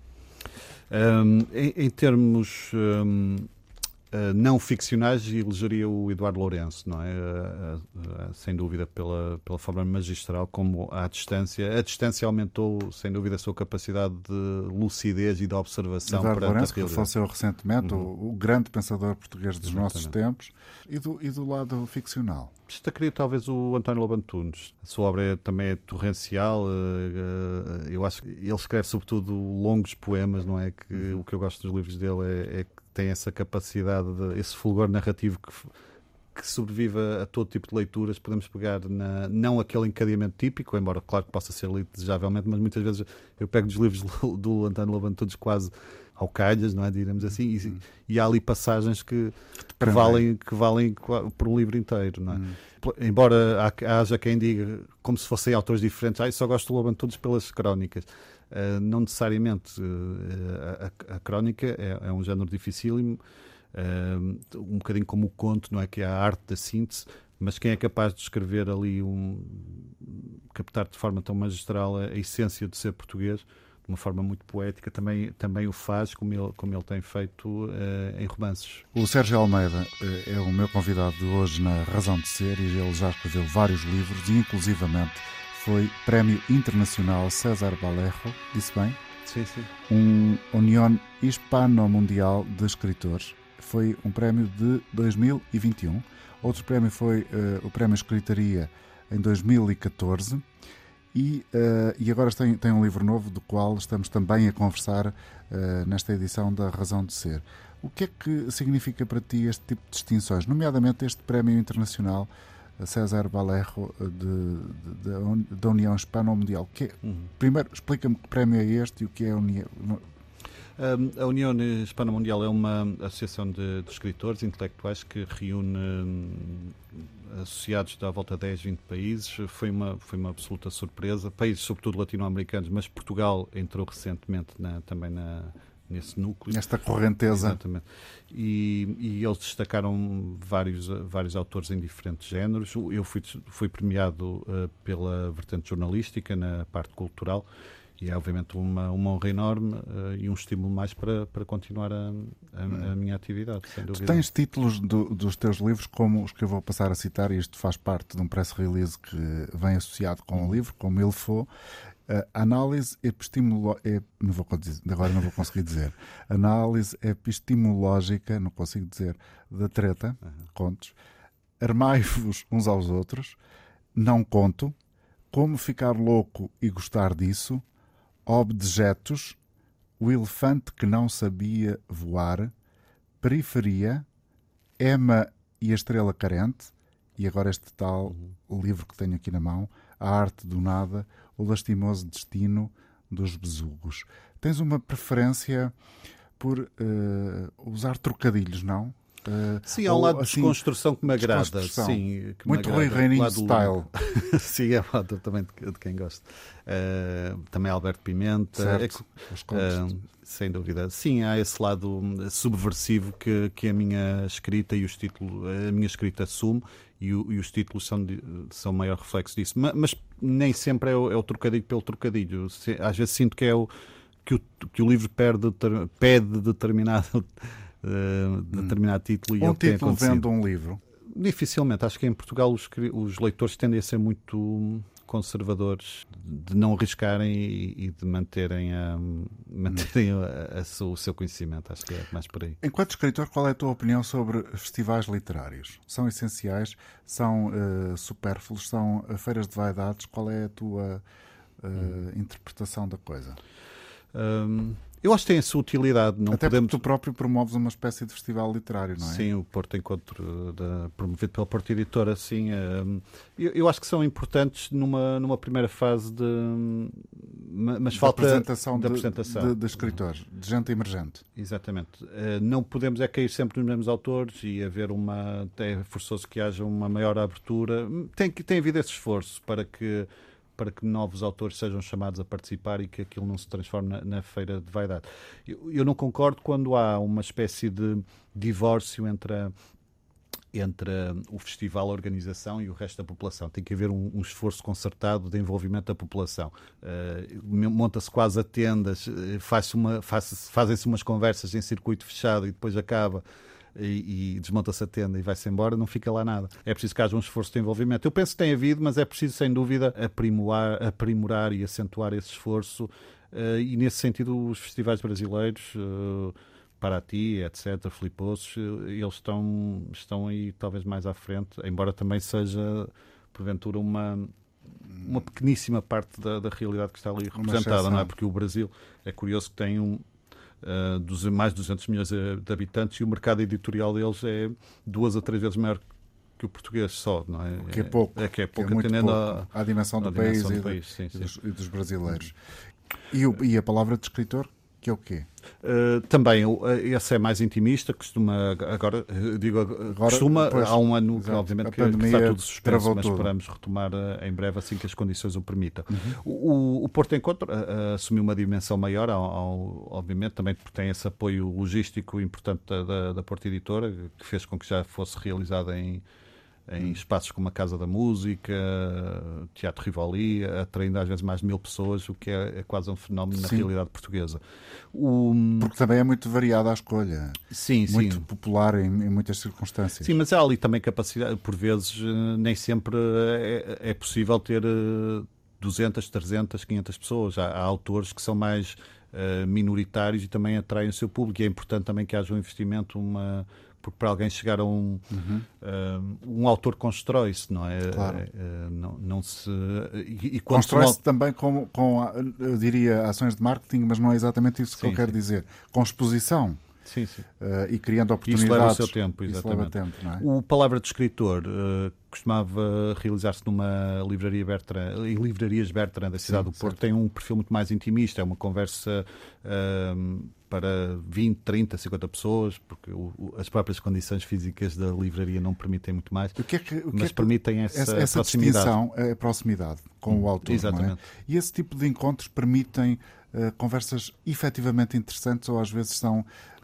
Em termos não ficcionais, elegeria o Eduardo Lourenço, não é? Sem dúvida pela forma magistral como a distância aumentou sem dúvida a sua capacidade de lucidez e de observação. Eduardo Lourenço, que faleceu recentemente, o grande pensador português dos nossos tempos. E do lado ficcional? Destacaria talvez o António Lobo Antunes. A sua obra também é torrencial. Eu acho que ele escreve sobretudo longos poemas, não é? Que o que eu gosto dos livros dele é que tem essa capacidade, esse fulgor narrativo que sobrevive a todo tipo de leituras. Podemos pegar não aquele encadeamento típico, embora claro que possa ser lido desejavelmente, mas muitas vezes eu pego dos livros do António Lobo Antunes quase ao calhas, não é? Diremos assim, e há ali passagens que valem por um livro inteiro, não é? Embora haja quem diga, como se fossem autores diferentes, eu só gosto do Lobo Antunes pelas crónicas. Não necessariamente. A crónica é um género dificílimo, um bocadinho como o conto, não é? Que é a arte da síntese, mas quem é capaz de escrever ali, captar de forma tão magistral a essência de ser português, de uma forma muito poética, também o faz, como ele tem feito em romances. O Sérgio Almeida é o meu convidado de hoje na Razão de Ser, e ele já escreveu vários livros, e inclusivamente foi Prémio Internacional César Vallejo, disse bem? Sim. União Hispano-Mundial de Escritores. Foi um prémio de 2021. Outro prémio foi o Prémio Escritaria em 2014. E agora tem um livro novo, do qual estamos também a conversar nesta edição da Razão de Ser. O que é que significa para ti este tipo de distinções, nomeadamente este Prémio Internacional César Vallejo da União Hispano-Mundial? Primeiro, explica-me que prémio é este e o que é a União. A União Hispano-Mundial é uma associação de escritores intelectuais que reúne associados à volta de 10, 20 países. Foi uma absoluta surpresa. Países, sobretudo latino-americanos, mas Portugal entrou recentemente também nesse núcleo. Nesta correnteza. Exatamente. E eles destacaram vários autores em diferentes géneros. Eu fui premiado pela vertente jornalística, na parte cultural, e é obviamente uma honra enorme e um estímulo mais para continuar a minha atividade, sem dúvida. Tu tens títulos dos teus livros, como os que eu vou passar a citar, e isto faz parte de um press release que vem associado com o livro, como ele for. Análise agora não vou conseguir dizer. Análise epistemológica, não consigo dizer, da treta, contos. Armai-vos uns aos outros, não conto, como ficar louco e gostar disso, objetos, o elefante que não sabia voar, periferia, Emma e a estrela carente, e agora este tal livro que tenho aqui na mão, A Arte do Nada, o lastimoso destino dos besugos. Tens uma preferência por usar trocadilhos, não? Sim, há um lado de desconstrução que me agrada. Sim, que muito me Rui agrada. Reininho style. Sim, é um lado também de quem gosta. Também Alberto Pimenta. Certo, os contos. Sem dúvida. Sim, há esse lado subversivo que a minha escrita e os títulos, a minha escrita assume, e os títulos são o maior reflexo disso. Mas nem sempre é o trocadilho pelo trocadilho. Às vezes sinto que que o livro pede determinado título. Um título vende um livro? Dificilmente. Acho que em Portugal os leitores tendem a ser muito conservadores, de não arriscarem e de manterem o seu conhecimento. Acho que é mais por aí. Enquanto escritor, qual é a tua opinião sobre festivais literários? São essenciais? São supérfluos? São feiras de vaidades? Qual é a tua interpretação da coisa? Eu acho que tem a sua utilidade. Até porque tu próprio promoves uma espécie de festival literário, não é? Sim, o Porto Encontro, promovido pela Porto Editora, sim. Eu acho que são importantes numa primeira fase mas falta da apresentação de escritores, de gente emergente. Exatamente. Não podemos cair sempre nos mesmos autores e haver é forçoso que haja uma maior abertura. Tem havido esse esforço para que novos autores sejam chamados a participar e que aquilo não se transforme na feira de vaidade. Eu não concordo quando há uma espécie de divórcio entre o festival, a organização e o resto da população. Tem que haver um esforço concertado de envolvimento da população. Monta-se quase a tendas, fazem-se umas conversas em circuito fechado e depois acaba e desmonta-se a tenda e vai-se embora, não fica lá nada. É preciso que haja um esforço de envolvimento. Eu penso que tem havido, mas é preciso, sem dúvida, aprimorar e acentuar esse esforço. E, nesse sentido, os festivais brasileiros, Paraty, etc., Filiposos, eles estão aí talvez mais à frente, embora também seja, porventura, uma pequeníssima parte da realidade que está ali representada, não é? Porque o Brasil, é curioso que tem mais de 200 milhões de habitantes e o mercado editorial deles é 2 a 3 vezes maior que o português só, não é? Que é pouco. Que é pouco, muito atendendo pouco à dimensão do país sim. E dos brasileiros. E a palavra de escritor, que é o quê? Também, esse é mais intimista, costuma, pois, há um ano, que exato, obviamente a que está pandemia tudo suspenso, mas tudo. esperamos retomar em breve, assim que as condições o permitam. O Porto Encontro assumiu uma dimensão maior, obviamente, também porque tem esse apoio logístico importante da Porto Editora, que fez com que já fosse realizado em espaços como a Casa da Música, Teatro Rivoli, atraindo às vezes mais de 1000 pessoas, o que é quase um fenómeno na realidade portuguesa. Porque também é muito variada a escolha. Sim, muito popular em muitas circunstâncias. Sim, mas há ali também capacidade, por vezes nem sempre é possível ter 200, 300, 500 pessoas. Há autores que são mais minoritários e também atraem o seu público, e é importante também que haja um investimento, porque para alguém chegar a um autor constrói-se, não é? Claro. Não se... Constrói-se também com, eu diria, ações de marketing, mas não é exatamente isso que eu quero dizer. Com exposição. Sim. E criando oportunidades. Isso leva o seu tempo, exatamente. Isso leva tempo, não é? O Palavra de Escritor costumava realizar-se em livrarias Bertrand da cidade do Porto. Certo. Tem um perfil muito mais intimista, é uma conversa para 20, 30, 50 pessoas, porque as próprias condições físicas da livraria não permitem muito mais, mas permitem essa proximidade. Distinção é a proximidade com o autor. Exatamente. Não é? E esse tipo de encontros permitem conversas efetivamente interessantes, ou às vezes são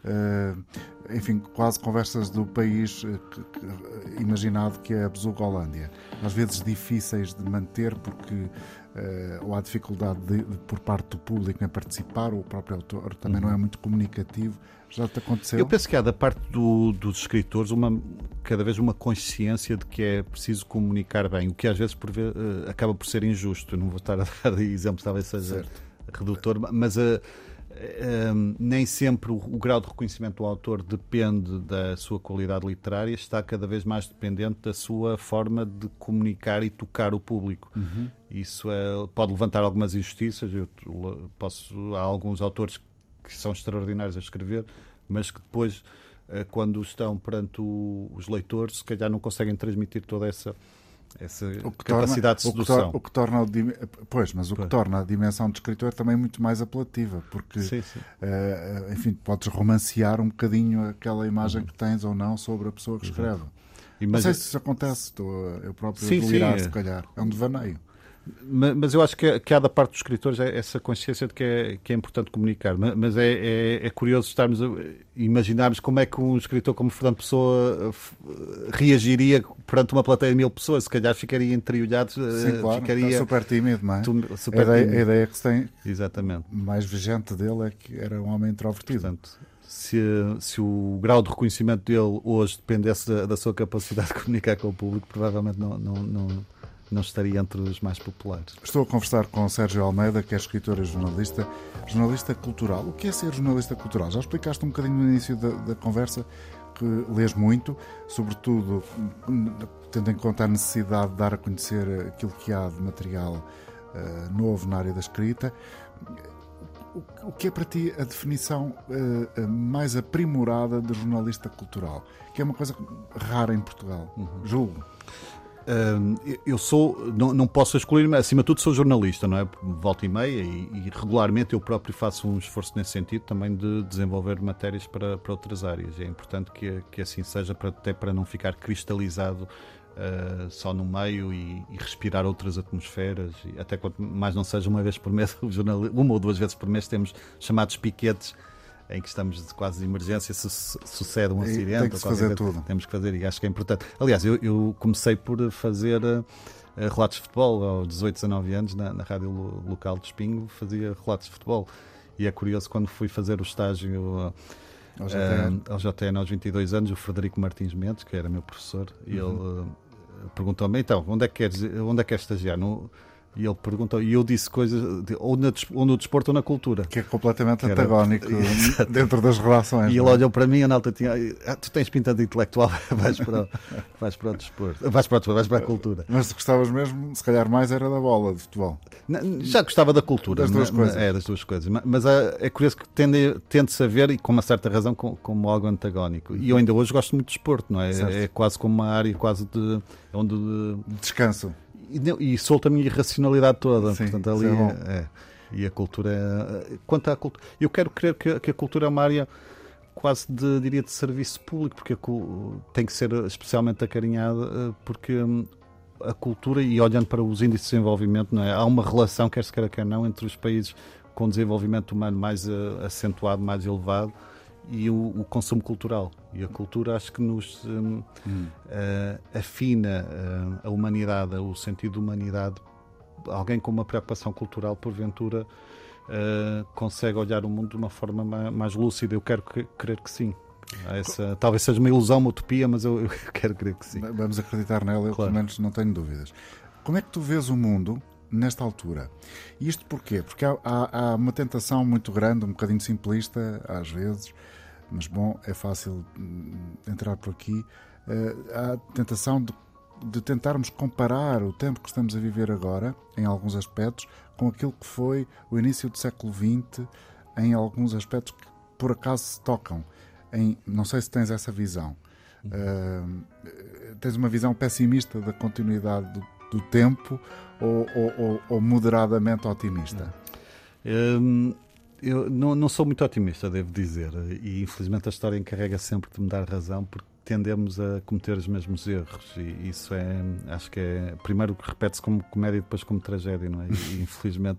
quase conversas do país imaginado que é a Besuga-Holândia. Às vezes difíceis de manter porque ou há dificuldade por parte do público em participar, ou o próprio autor também não é muito comunicativo. Já te aconteceu? Eu penso que há da parte dos escritores cada vez uma consciência de que é preciso comunicar bem, o que às vezes acaba por ser injusto. Eu não vou estar a dar exemplos, talvez seja redutor, mas nem sempre o grau de reconhecimento do autor depende da sua qualidade literária, está cada vez mais dependente da sua forma de comunicar e tocar o público. Isso pode levantar algumas injustiças. Há alguns autores que são extraordinários a escrever, mas que depois, quando estão perante os leitores, se calhar não conseguem transmitir toda essa capacidade de sedução. O que torna a dimensão de escritor também muito mais apelativa, porque podes romancear um bocadinho aquela imagem que tens ou não sobre a pessoa que escreve. Não sei se isso acontece, estou eu próprio a delirar, se calhar. É um devaneio. Mas eu acho que há da parte dos escritores essa consciência de que é importante comunicar. Mas é curioso imaginarmos como é que um escritor como Fernando Pessoa reagiria perante uma plateia de 1000 pessoas. Se calhar ficaria entreolhado. Sim, claro, ficaria está super tímido, não é? A ideia que se tem mais vigente dele é que era um homem introvertido. Portanto, se o grau de reconhecimento dele hoje dependesse da sua capacidade de comunicar com o público, provavelmente não estaria entre os mais populares. Estou a conversar com Sérgio Almeida, que é escritor e jornalista cultural. O que é ser jornalista cultural? Já explicaste um bocadinho no início da conversa que lês muito, sobretudo tendo em conta a necessidade de dar a conhecer aquilo que há de material novo na área da escrita. O que é para ti a definição mais aprimorada de jornalista cultural? Que é uma coisa rara em Portugal, julgo. Eu não posso excluir-me, acima de tudo sou jornalista, não é? Volta e meia, e regularmente eu próprio faço um esforço nesse sentido também de desenvolver matérias para outras áreas. É importante que assim seja, até para não ficar cristalizado só no meio e respirar outras atmosferas, e até quanto mais não seja uma vez por mês, uma ou duas vezes por mês temos chamados piquetes em que estamos de quase de emergência se sucede um acidente. Tem que se fazer tudo. Temos que fazer, e acho que é importante. Aliás, eu comecei por fazer relatos de futebol aos 18, 19 anos na rádio local de Espinho, fazia relatos de futebol, e é curioso, quando fui fazer o estágio ao JN aos 22 anos, o Frederico Martins Mendes, que era meu professor, e ele perguntou-me, então, onde é que queres estagiar? E ele perguntou, e eu disse coisas ou no desporto ou na cultura, que é completamente antagónico dentro das relações. E ele olhou para mim, a tinha, tu tens pinta de intelectual, vais para o desporto, vais para a cultura. Mas se gostavas mesmo, se calhar mais era da bola, de futebol. Já gostava da cultura. Das duas coisas. Das duas coisas. Mas é curioso que tende-se a ver, e com uma certa razão, como algo antagónico. E eu ainda hoje gosto muito de desporto, não é? É quase como uma área quase onde descanso. E solta a minha irracionalidade toda. Sim, portanto, ali E a cultura... Quanto à cultura... Eu quero crer que a cultura é uma área quase diria de serviço público, porque tem que ser especialmente acarinhada, porque a cultura, e olhando para os índices de desenvolvimento, não é? Há uma relação, quer se queira, quer não, entre os países com desenvolvimento humano mais acentuado, mais elevado, e o consumo cultural. E a cultura acho que nos afina a humanidade, o sentido de humanidade. Alguém com uma preocupação cultural, porventura, consegue olhar o mundo de uma forma mais lúcida. Eu quero crer que sim. Talvez seja uma ilusão, uma utopia, mas eu quero crer que sim. Vamos acreditar nela, eu Claro. pelo menos não tenho dúvidas. Como é que tu vês o mundo nesta altura? E isto porquê? Porque há uma tentação muito grande, um bocadinho simplista, às vezes, mas bom, é fácil entrar por aqui. Há a tentação de tentarmos comparar o tempo que estamos a viver agora, em alguns aspectos, com aquilo que foi o início do século XX, em alguns aspectos que por acaso se tocam. Não sei se tens essa visão. Tens uma visão pessimista da continuidade do tempo ou moderadamente otimista? Eu não sou muito otimista, devo dizer, e infelizmente a história encarrega sempre de me dar razão, porque tendemos a cometer os mesmos erros, e isso acho que primeiro repete-se como comédia e depois como tragédia, não é? E infelizmente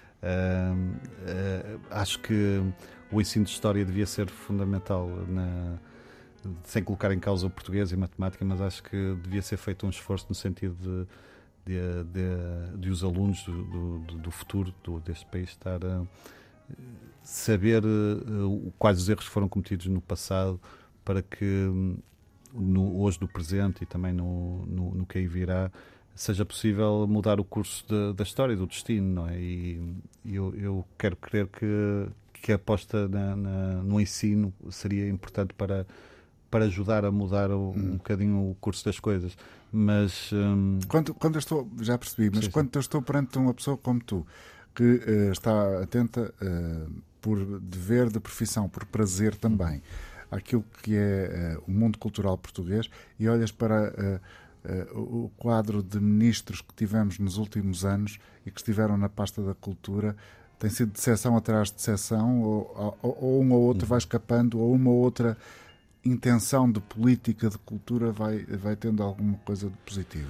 acho que o ensino de história devia ser fundamental, sem colocar em causa o português e matemática, mas acho que devia ser feito um esforço no sentido de os alunos do futuro deste país estar a saber quais os erros foram cometidos no passado, para que hoje do presente e também no que aí virá seja possível mudar o curso da história e do destino, não é? E eu quero crer que a aposta no ensino seria importante para ajudar a mudar um bocadinho o curso das coisas. Mas quando eu estou, já percebi, mas sim. Quando eu estou perante uma pessoa como tu, que está atenta por dever de profissão, por prazer também, àquilo que é o mundo cultural português, e olhas para o quadro de ministros que tivemos nos últimos anos e que estiveram na pasta da cultura, tem sido de seção atrás de seção, ou um ou outro vai escapando, ou uma ou outra intenção de política de cultura vai tendo alguma coisa de positivo?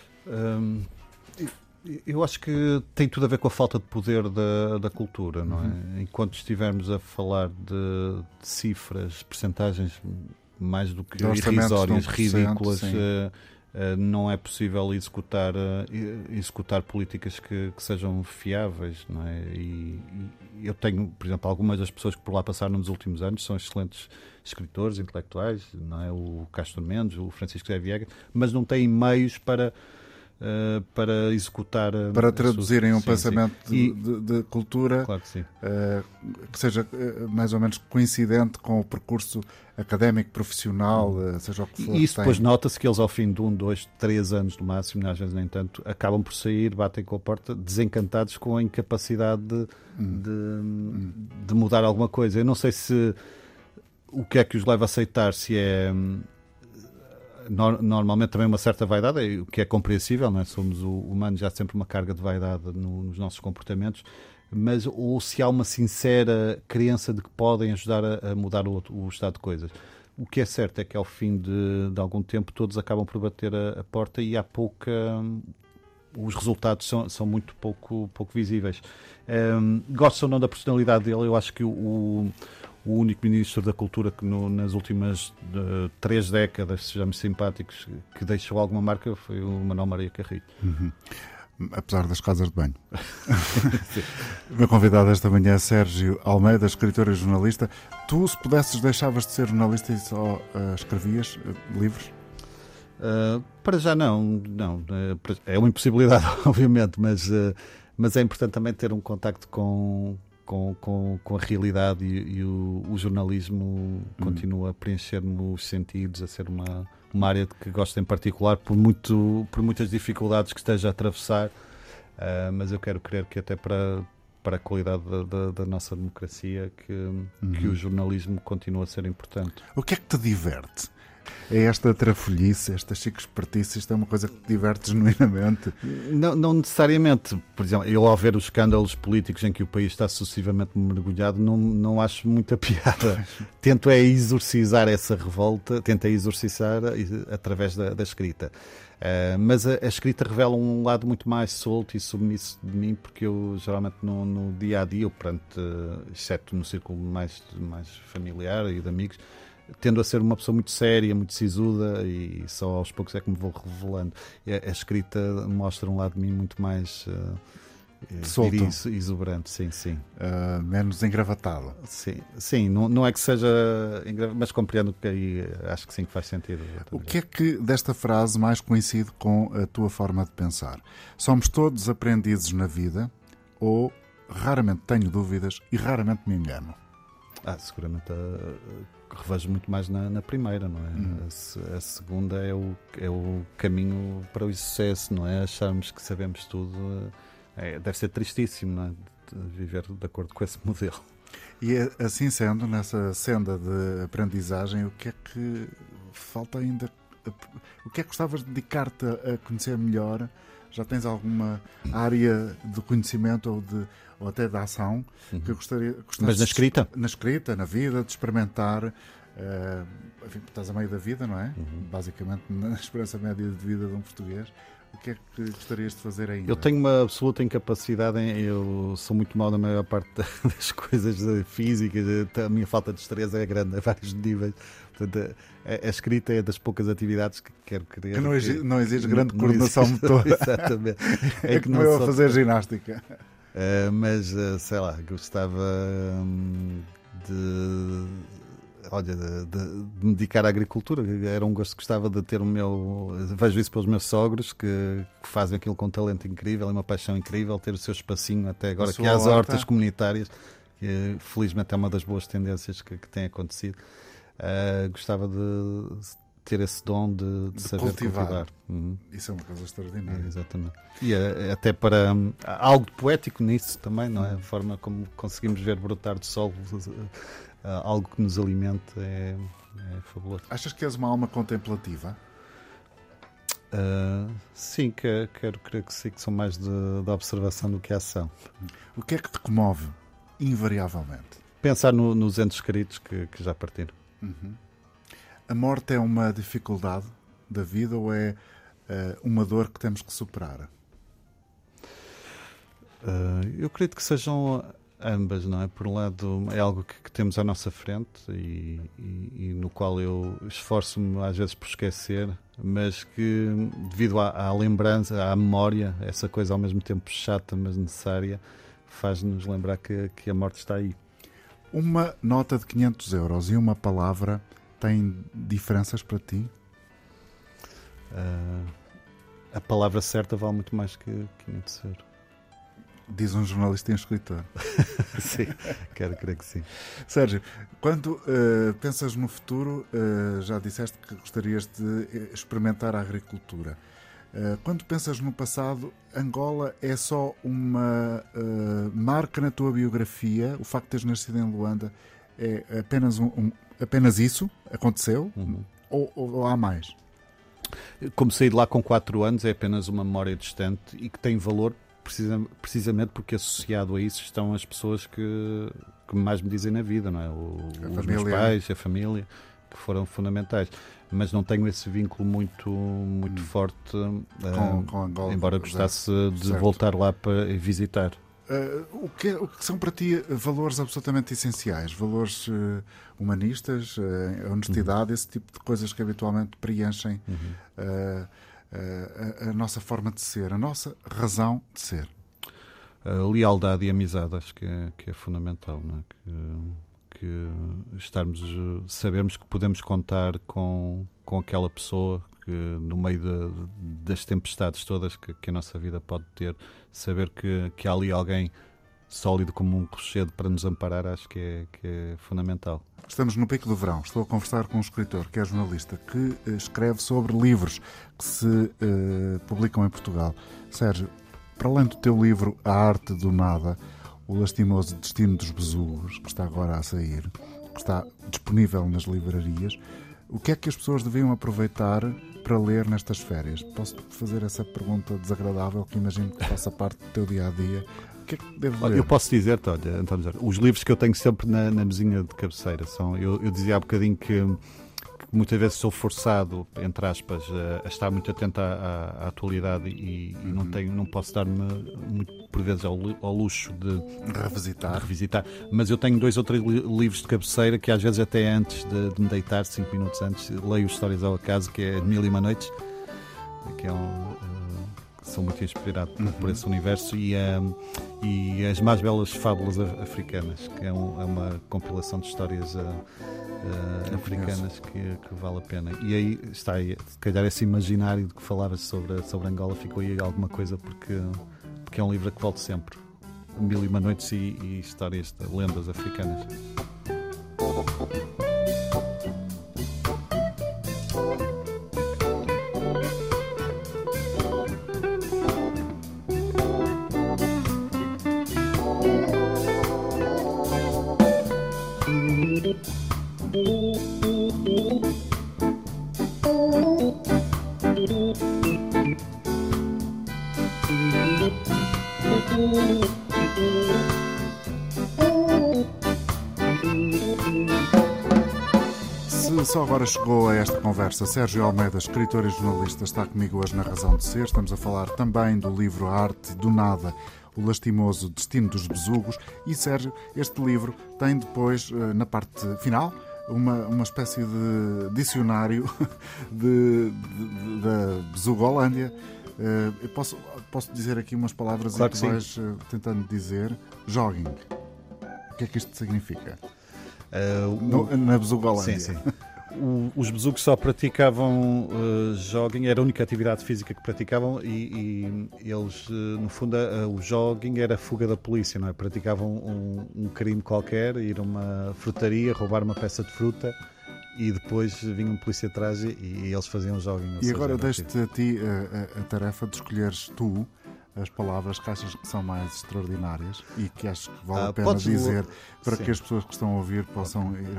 Eu acho que tem tudo a ver com a falta de poder da cultura, não é? Enquanto estivermos a falar de cifras, percentagens mais do que irrisórias, ridículas, não é possível executar políticas que sejam fiáveis, não é? E eu tenho, por exemplo, algumas das pessoas que por lá passaram nos últimos anos são excelentes escritores, intelectuais, não é? O Castro Mendes, o Francisco Zé Viegas, mas não têm meios para executar, para traduzirem um sim, pensamento de cultura, claro que sim, que seja mais ou menos coincidente com o percurso académico, profissional, seja o que for. E isso depois nota-se que eles, ao fim de 1, 2, 3 anos no máximo, às vezes nem tanto, acabam por sair, batem com a porta desencantados com a incapacidade de mudar alguma coisa. Eu não sei se o que é que os leva a aceitar, se é normalmente também uma certa vaidade, o que é compreensível, não é? Somos humanos, há sempre uma carga de vaidade nos nossos comportamentos, mas ou se há uma sincera crença de que podem ajudar a mudar o estado de coisas. O que é certo é que ao fim de algum tempo todos acabam por bater a porta e há pouca... Os resultados são muito pouco visíveis. Gosto ou não da personalidade dele, eu acho que o único ministro da cultura que nas últimas 3 décadas, sejamos simpáticos, que deixou alguma marca foi o Manuel Maria Carrilho. Apesar das casas de banho. O meu convidado esta manhã é Sérgio Almeida, escritor e jornalista. Tu, se pudesses, deixavas de ser jornalista e só escrevias livros? Para já não, é uma impossibilidade, obviamente, mas é importante também ter um contacto com a realidade e o jornalismo continua a preencher-me os sentidos, a ser uma área de que gosto em particular, por muitas dificuldades que esteja a atravessar, mas eu quero crer que até para a qualidade da nossa democracia que o jornalismo continua a ser importante. O que é que te diverte? É esta trafolhice, esta chique-espertice, isto é uma coisa que te diverte genuinamente? Não necessariamente. Por exemplo, eu ao ver os escândalos políticos em que o país está sucessivamente mergulhado, não acho muita piada. Tento exorcizar essa revolta, exorcizar através da escrita. Mas a escrita revela um lado muito mais solto e submisso de mim, porque eu geralmente no dia a dia, exceto no círculo mais familiar e de amigos, tendo a ser uma pessoa muito séria, muito sisuda, e só aos poucos é que me vou revelando. A escrita mostra um lado de mim muito mais solto, exuberante, sim. Menos engravatado. Sim, não é que seja, mas compreendo que aí acho que sim, que faz sentido. O que é que desta frase mais coincide com a tua forma de pensar? Somos todos aprendizes na vida, ou raramente tenho dúvidas e raramente me engano? Seguramente revejo muito mais na primeira, não é? A segunda é o caminho para o sucesso, não é? Acharmos que sabemos tudo. Deve ser tristíssimo, não é? De viver de acordo com esse modelo. E assim sendo, nessa senda de aprendizagem, o que é que falta ainda? O que é que gostavas de dedicar-te a conhecer melhor? Já tens alguma área de conhecimento ou até de ação que gostaria? Mas na escrita? Na escrita, na vida, de experimentar. Enfim, estás a meio da vida, não é? Basicamente, na esperança média de vida de um português. O que é que gostarias de fazer ainda? Eu tenho uma absoluta incapacidade, eu sou muito mau na maior parte das coisas físicas, a minha falta de destreza é grande a vários níveis. Portanto, a escrita é das poucas atividades que quero querer. Que não exige grande coordenação motora. Exatamente. É que não eu a fazer ginástica. Mas, sei lá, gostava de me dedicar à agricultura. Era um gosto que gostava de ter vejo isso pelos meus sogros que fazem aquilo com um talento incrível e uma paixão incrível, ter o seu espacinho até agora, que há as hortas comunitárias, que felizmente é uma das boas tendências que tem acontecido. Gostava de ter esse dom de saber cultivar. Isso é uma coisa extraordinária. Exatamente. E até para algo de poético nisso também, não é? A forma como conseguimos ver brotar do solo algo que nos alimenta é fabuloso. Achas que és uma alma contemplativa? Sim, quero crer que sim, que sou mais da observação do que a ação. O que é que te comove, invariavelmente? Pensar nos entes queridos que já partiram. A morte é uma dificuldade da vida ou é uma dor que temos que superar? Eu acredito que sejam ambas, não é? Por um lado, é algo que temos à nossa frente e no qual eu esforço-me às vezes por esquecer, mas que devido à lembrança, à memória, essa coisa ao mesmo tempo chata mas necessária, faz-nos lembrar que a morte está aí. Uma nota de 500 euros e uma palavra têm diferenças para ti? A palavra certa vale muito mais que 500 euros. Diz um jornalista e um escritor. Sim, quero crer que sim. Sérgio, quando pensas no futuro, já disseste que gostarias de experimentar a agricultura. Quando pensas no passado, Angola é só uma marca na tua biografia? O facto de teres nascido em Luanda é apenas isso? Aconteceu? Ou há mais? Como saí de lá com 4 anos, é apenas uma memória distante e que tem valor precisamente porque associado a isso estão as pessoas que mais me dizem na vida, não é? Os meus pais, a família, que foram fundamentais. Mas não tenho esse vínculo muito forte com Angola, embora gostasse de certo. Voltar lá para visitar. O que são para ti valores absolutamente essenciais? Valores humanistas, a honestidade, esse tipo de coisas que habitualmente preenchem a nossa forma de ser, a nossa razão de ser. A lealdade e a amizade acho que é fundamental, não é? Que sabermos que podemos contar com aquela pessoa que no meio das tempestades todas que a nossa vida pode ter, saber que há ali alguém sólido como um rochedo para nos amparar, acho que é fundamental. Estamos no pico do verão. Estou a conversar com um escritor que é jornalista, que escreve sobre livros que se publicam em Portugal. Sérgio, para além do teu livro A Arte do Nada, o lastimoso destino dos besugos, que está agora a sair, que está disponível nas livrarias, O que é que as pessoas deviam aproveitar para ler nestas férias? Posso fazer essa pergunta desagradável que imagino que faça parte do teu dia-a-dia? O que é que devo ler? Eu posso dizer-te, olha, António, os livros que eu tenho sempre na mesinha de cabeceira são, eu dizia há bocadinho que muitas vezes sou forçado, entre aspas, a estar muito atento à atualidade e não posso dar-me por vezes ao luxo de revisitar. Mas eu tenho 2 ou 3 livros de cabeceira que às vezes até antes de me deitar, 5 minutos antes, leio Histórias ao Acaso, que é Mil e Uma Noites, que é sou muito inspirado por esse universo, e As Mais Belas Fábulas Africanas, que é uma compilação de histórias africanas que vale a pena. E aí está aí, se calhar esse imaginário de que falavas sobre Angola ficou aí alguma coisa, porque é um livro a que volto sempre. Mil e Uma Noites e histórias de lendas africanas. Se só agora chegou a esta conversa, Sérgio Almeida, escritor e jornalista, está comigo hoje na Razão de Ser. Estamos a falar também do livro A Arte do Nada, o lastimoso destino dos besugos. E, Sérgio, este livro tem depois, na parte final, uma espécie de dicionário da Besugolândia. Eu posso dizer aqui umas palavras claro que vais tentando dizer. Jogging. O que é que isto significa? Na Besugolândia. Sim. Os besugos só praticavam jogging, era a única atividade física que praticavam, e eles, no fundo, o jogging era a fuga da polícia, não é? Praticavam um crime qualquer, ir a uma frutaria, roubar uma peça de fruta, e depois vinha um polícia atrás e eles faziam jogging. E agora deixo-te a ti a tarefa de escolheres tu as palavras que achas que são mais extraordinárias e que achas que vale a pena dizer para que as pessoas que estão a ouvir possam ir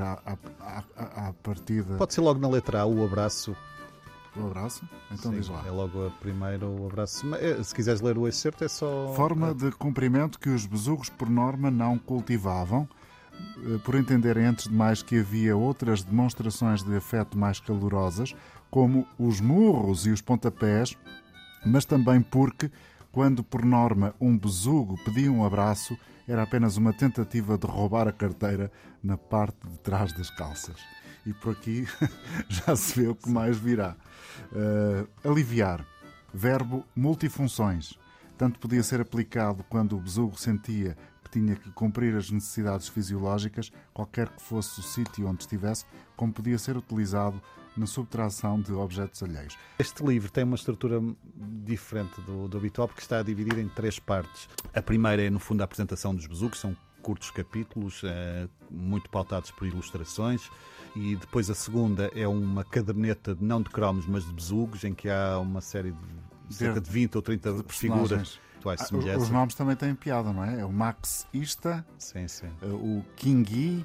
à partida. Pode ser logo na letra A, o abraço. O abraço? Então diz lá. É logo a primeira, o abraço. Se quiseres ler o excerto é só... Forma de cumprimento que os besugos por norma não cultivavam, por entenderem antes de mais que havia outras demonstrações de afeto mais calorosas, como os murros e os pontapés, mas também porque, quando por norma um besugo pedia um abraço, era apenas uma tentativa de roubar a carteira na parte de trás das calças. E por aqui já se vê o que mais virá. Aliviar. Verbo multifunções. Tanto podia ser aplicado quando o besugo sentia que tinha que cumprir as necessidades fisiológicas, qualquer que fosse o sítio onde estivesse, como podia ser utilizado na subtração de objetos alheios. Este livro tem uma estrutura diferente do habitual, porque está dividido em 3 partes. A primeira é, no fundo, a apresentação dos besugos, são curtos capítulos, muito pautados por ilustrações, e depois a segunda é uma caderneta, não de cromos, mas de besugos, em que há uma série de cerca de 20 ou 30 figuras. Os nomes também têm piada, não é? É o Max Ista, sim. O Kingi,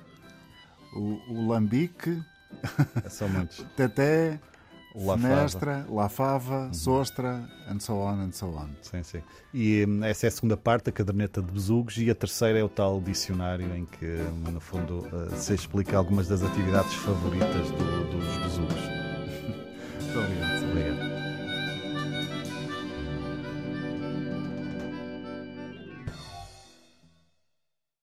o Lambique, são muitos. Teté, Fenestra, Lafava, Sostra, and so on. Sim. E essa é a segunda parte, a caderneta de besugos, e a terceira é o tal dicionário em que, no fundo, se explica algumas das atividades favoritas dos besugos.